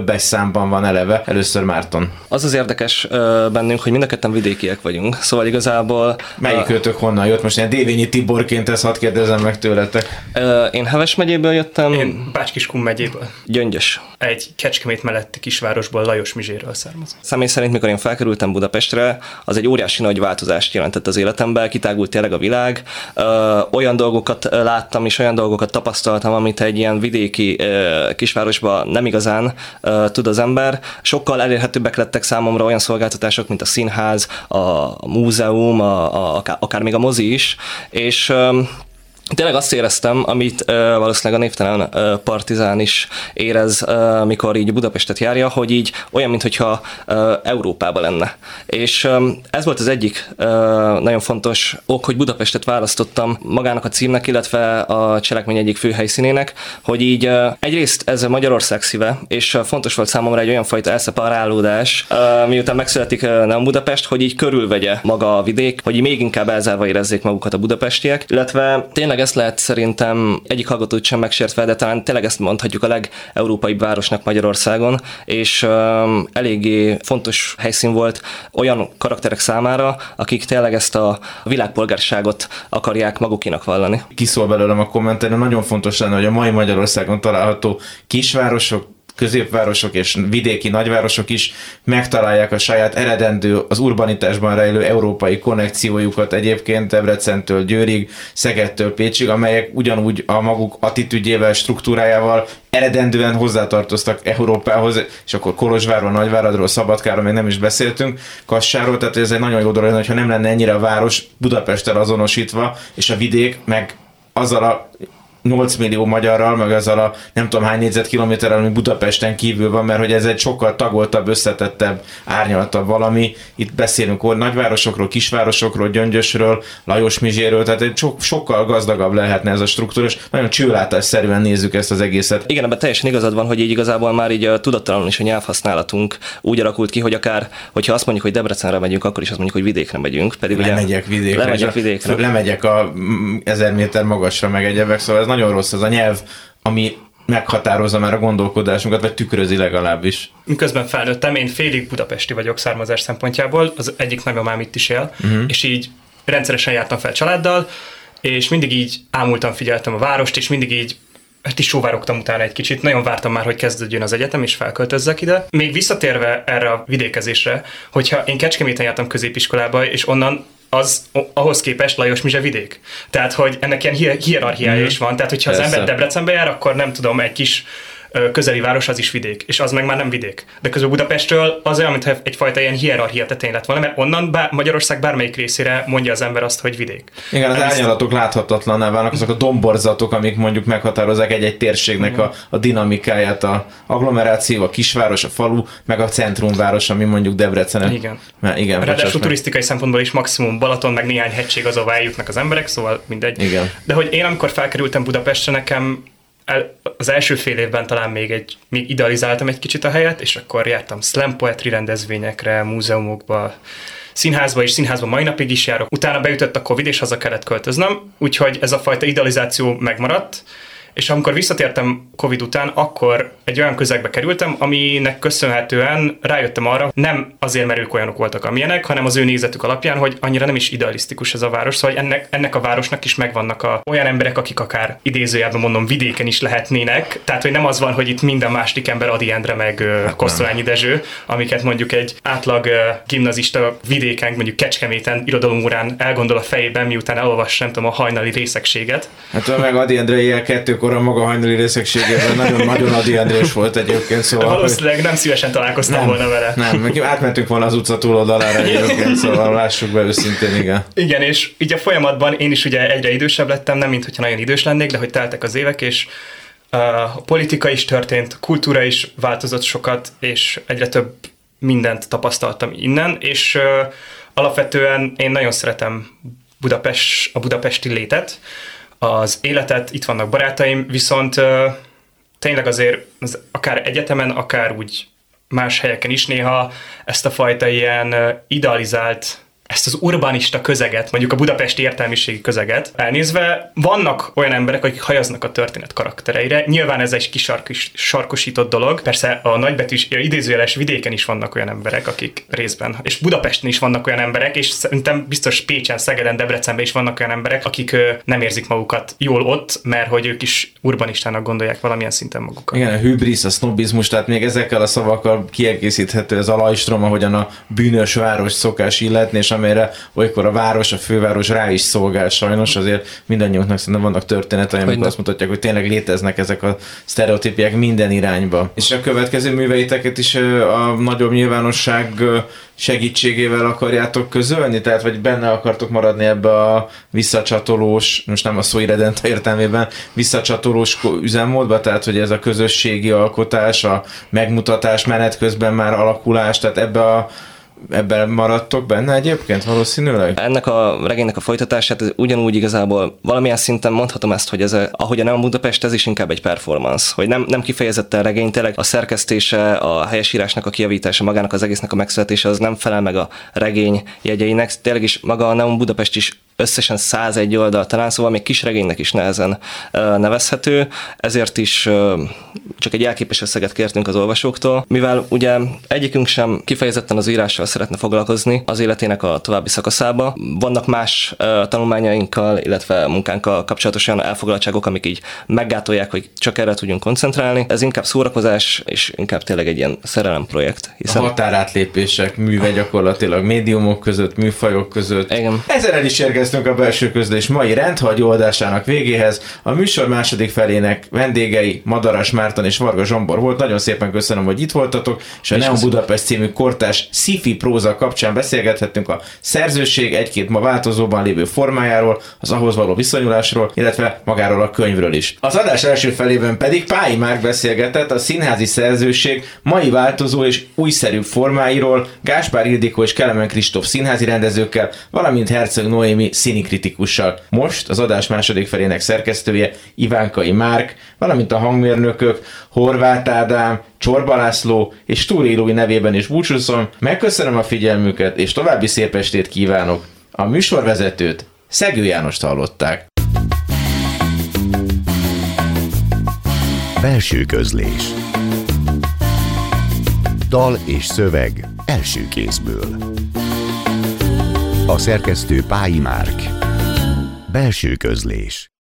G: többes számban van eleve. Először Márton.
H: Az az érdekes bennünk, hogy mind a ketten vidékiek vagyunk. Szóval igazából...
G: Melyik őtök honnan jött? Most ilyen Dévényi Tiborként ezt hadd kérdezem meg tőletek.
H: Én Heves megyéből jöttem.
I: Én Bács-Kiskun megyéből.
H: Gyöngyös.
I: Egy Kecskemét melletti kisvárosból, Lajos Mizséről származom.
H: Személy szerint, mikor én felkerültem Budapestre, az egy óriási nagy változást jelentett az életemben, kitágult tényleg a világ. Ö, olyan dolgokat láttam és olyan dolgokat tapasztaltam, amit egy ilyen vidéki ö, kisvárosban nem igazán ö, tud az ember. Sokkal elérhetőbbek lettek számomra olyan szolgáltatások, mint a színház, a múzeum, a, a, akár még a mozi is, és ö, tényleg azt éreztem, amit uh, valószínűleg a névtelen uh, partizán is érez, uh, mikor így Budapestet járja, hogy így olyan, mintha uh, Európában lenne. És um, ez volt az egyik uh, nagyon fontos ok, hogy Budapestet választottam magának a címnek, illetve a cselekmény egyik fő helyszínének, hogy így uh, egyrészt ez Magyarország szíve, és uh, fontos volt számomra egy olyan fajta elszeparálódás, uh, miután megszületik uh, nem Budapest, hogy így körülvegye maga a vidék, hogy így még inkább elzárva érezzék magukat a budapestiek, illetve tényleg ezt lehet szerintem egyik hallgatót sem megsértve, de talán tényleg ezt mondhatjuk a legeurópaibb városnak Magyarországon, és um, eléggé fontos helyszín volt olyan karakterek számára, akik tényleg ezt a világpolgárságot akarják magukénak vallani.
G: Kiszól belőlem a kommentelő, nagyon fontos lenne, hogy a mai Magyarországon található kisvárosok, középvárosok és vidéki nagyvárosok is megtalálják a saját eredendő, az urbanitásban rejlő európai konnekciójukat egyébként Debrecentől Győrig, Szegedtől Pécsig, amelyek ugyanúgy a maguk attitűdjével, struktúrájával eredendően hozzátartoztak Európához, és akkor Kolozsvárról, Nagyváradról, Szabadkáról még nem is beszéltünk, Kassáról, tehát ez egy nagyon jó dolog lenne, hogyha nem lenne ennyire a város Budapesttel azonosítva, és a vidék meg azzal a nyolc millió magyarral, meg azzal a nem tudom hány négyzetkilométerrel, ami Budapesten kívül van, mert hogy ez egy sokkal tagoltabb, összetettebb, árnyaltabb valami. Itt beszélünk nagyvárosokról, kisvárosokról, Gyöngyösről, Lajos Mizséről, tehát egy so- sokkal gazdagabb lehetne ez a struktúra, és nagyon csőlátásszerűen nézzük ezt az egészet.
H: Igen, ebben teljesen igazad van, hogy így igazából már így tudattalanul is a nyelvhasználatunk úgy alakult ki, hogy akár, hogyha azt mondjuk, hogy Debrecenre megyünk, akkor is azt mondjuk, hogy vidékre megyünk. Pedig
G: lemegyek
H: ugye,
G: vidékre.
H: Lemegyek vidékre.
G: Lemegyek a ezer méter magasra, meg egyebek, szóval ez nagyon rossz az a nyelv, ami meghatározza már a gondolkodásunkat, vagy tükrözi legalábbis.
I: Miközben felnőttem, én félig budapesti vagyok származás szempontjából, az egyik nagymamám itt is él, uh-huh. és így rendszeresen jártam fel családdal, és mindig így ámultan figyeltem a várost, és mindig így hát is sóvárogtam utána egy kicsit, nagyon vártam már, hogy kezdődjön az egyetem, és felköltözzek ide. Még visszatérve erre a vidékezésre, hogyha én Kecskeméten jártam középiskolába, és onnan az ahhoz képest Lajos Mizse vidék. Tehát, hogy ennek ilyen hierarchiája mm. is van. Tehát, hogyha Persze. az ember Debrecenbe jár, akkor nem tudom, egy kis közeli város az is vidék, és az meg már nem vidék. De közben Budapestről az olyan, mintha egyfajta ilyen hierarchia tetején lett volna, mert onnan bár, Magyarország bármelyik részére mondja az ember azt, hogy vidék.
G: Igen, az nem árnyalatok láthatatlanná válnak, azok a domborzatok, amik mondjuk meghatározzák egy-egy térségnek a, a dinamikáját, a agglomeráció, a kisváros, a falu, meg a centrumváros, ami mondjuk Debrecen.
I: Igen.
G: Mert igen.
I: Ráadásul turisztikai szempontból is maximum Balaton, meg néhány hegység azová eljutnak az emberek, szóval mindegy.
G: Igen.
I: De hogy én amikor felkerültem Budapestre, nekem az első fél évben talán még, egy, még idealizáltam egy kicsit a helyet, és akkor jártam slam poetry rendezvényekre, múzeumokba, színházba, és színházba mai napig is járok. Utána beütött a Covid, és haza kellett költöznöm, úgyhogy ez a fajta idealizáció megmaradt, és amikor visszatértem Covid után, akkor egy olyan közegbe kerültem, aminek köszönhetően rájöttem arra, nem azért, mert ők olyanok voltak, amilyenek, hanem az ő nézetük alapján, hogy annyira nem is idealisztikus ez a város, szóval ennek, ennek a városnak is megvannak a, olyan emberek, akik akár idézőjelben mondom vidéken is lehetnének, tehát hogy nem az van, hogy itt minden második ember Ady Endre meg hát Kosztolányi Dezső, amiket mondjuk egy átlag uh, gimnazista vidéken, mondjuk Kecskeméten irodalomórán elgondol a fejében, miután elolvas, nem tudom, a hajnali részegséget.
G: Hát meg Ady Endre ilyen kettőkor a maga hajnali részegségében nagyon-nagyon Ady Andrés volt egyébként, szóval...
I: Valószínűleg hogy... nem szívesen találkoztam nem, volna vele.
G: Nem, átmentünk volna az utca túloldalára egyébként, szóval lássuk be őszintén, igen.
I: Igen, és így a folyamatban én is ugye egyre idősebb lettem, nem mint hogyha nagyon idős lennék, de hogy teltek az évek, és uh, a politika is történt, a kultúra is változott sokat, és egyre több mindent tapasztaltam innen, és uh, alapvetően én nagyon szeretem Budapest, a budapesti létet, az életet, itt vannak barátaim, viszont uh, tényleg azért az, akár egyetemen, akár úgy más helyeken is néha ezt a fajta ilyen uh, idealizált ezt az urbanista közeget, mondjuk a budapesti értelmiségi közeget elnézve, vannak olyan emberek, akik hajaznak a történet karaktereire. Nyilván ez egy kis sarkos, sarkosított dolog. Persze a nagybetűs, idézőjeles vidéken is vannak olyan emberek, akik részben, és Budapesten is vannak olyan emberek, és szerintem biztos Pécsen, Szegeden, Debrecenben is vannak olyan emberek, akik nem érzik magukat jól ott, mert hogy ők is urbanistának gondolják valamilyen szinten magukat.
G: Igen, a hübrisz, a sznobizmus, tehát még ezekkel a szavakkal kiegészíthető ez a lajstrom, ahogyan a bűnös város szokás illetni, és amelyre olykor a város, a főváros rá is szolgál sajnos, azért mindannyiunknak szerintem vannak történetei, amikor azt mutatják, hogy tényleg léteznek ezek a sztereotípiák minden irányba. És a következő műveiteket is a nagyobb nyilvánosság segítségével akarjátok közölni? Tehát, vagy benne akartok maradni ebbe a visszacsatolós, most nem a szó irredenta értelmében, visszacsatolós üzemmódba, tehát, hogy ez a közösségi alkotás, a megmutatás, menet közben már alakulás, tehát ebbe a Ebben maradtok benne egyébként valószínűleg?
H: Ennek a regénynek a folytatását ugyanúgy igazából valamilyen szinten mondhatom ezt, hogy ez, a, ahogy a Nem Budapest, ez is inkább egy performance, hogy nem, nem kifejezetten regény, tényleg a szerkesztése, a helyesírásnak a kijavítása, magának az egésznek a megszületése, az nem felel meg a regény jegyeinek. Tényleg is maga a Nem Budapest is összesen százegy oldal talán, szóval még kis regénynek is nehezen uh, nevezhető, ezért is uh, csak egy jelképes összeget kértünk az olvasóktól, mivel ugye egyikünk sem kifejezetten az írással szeretne foglalkozni az életének a további szakaszába. Vannak más uh, tanulmányainkkal, illetve munkánkkal kapcsolatos olyan elfoglaltságok, amik így meggátolják, hogy csak erre tudjunk koncentrálni. Ez inkább szórakozás, és inkább tényleg egy ilyen szerelemprojekt. Hiszen...
G: A határátlépések műve gyakorlatilag médiumok között, műfajok között.
H: Igen.
G: Ezzel el is érkeztünk a Belső Közlés mai rendhagyó adásának végéhez. A műsor második felének vendégei Madaras Márton és Varga Zsombor volt. Nagyon szépen köszönöm, hogy itt voltatok, és a Nem Budapest című kortárs sci-fi próza kapcsán beszélgethettünk a szerzőség egy-két ma változóban lévő formájáról, az ahhoz való viszonyulásról, illetve magáról a könyvről is. Az adás első felében pedig Pályi Márk beszélgetett a színházi szerzőség mai változó és újszerűbb formáiról Gáspár Ildikó és Kelemen Kristóf színházi rendezőkkel, valamint Herceg Noémi színikritikussal. Most az adás második felének szerkesztője Ivánkai Márk, valamint a hangmérnökök Horváth Ádám, Csorba László és Túri Lói nevében is búcsúzom. Megköszönöm a figyelmüket, és további szép estét kívánok. A műsorvezetőt, Szegő Jánost hallották.
A: Belső közlés. Dal és szöveg első kézből. A szerkesztő Pályi Márk. Belső közlés.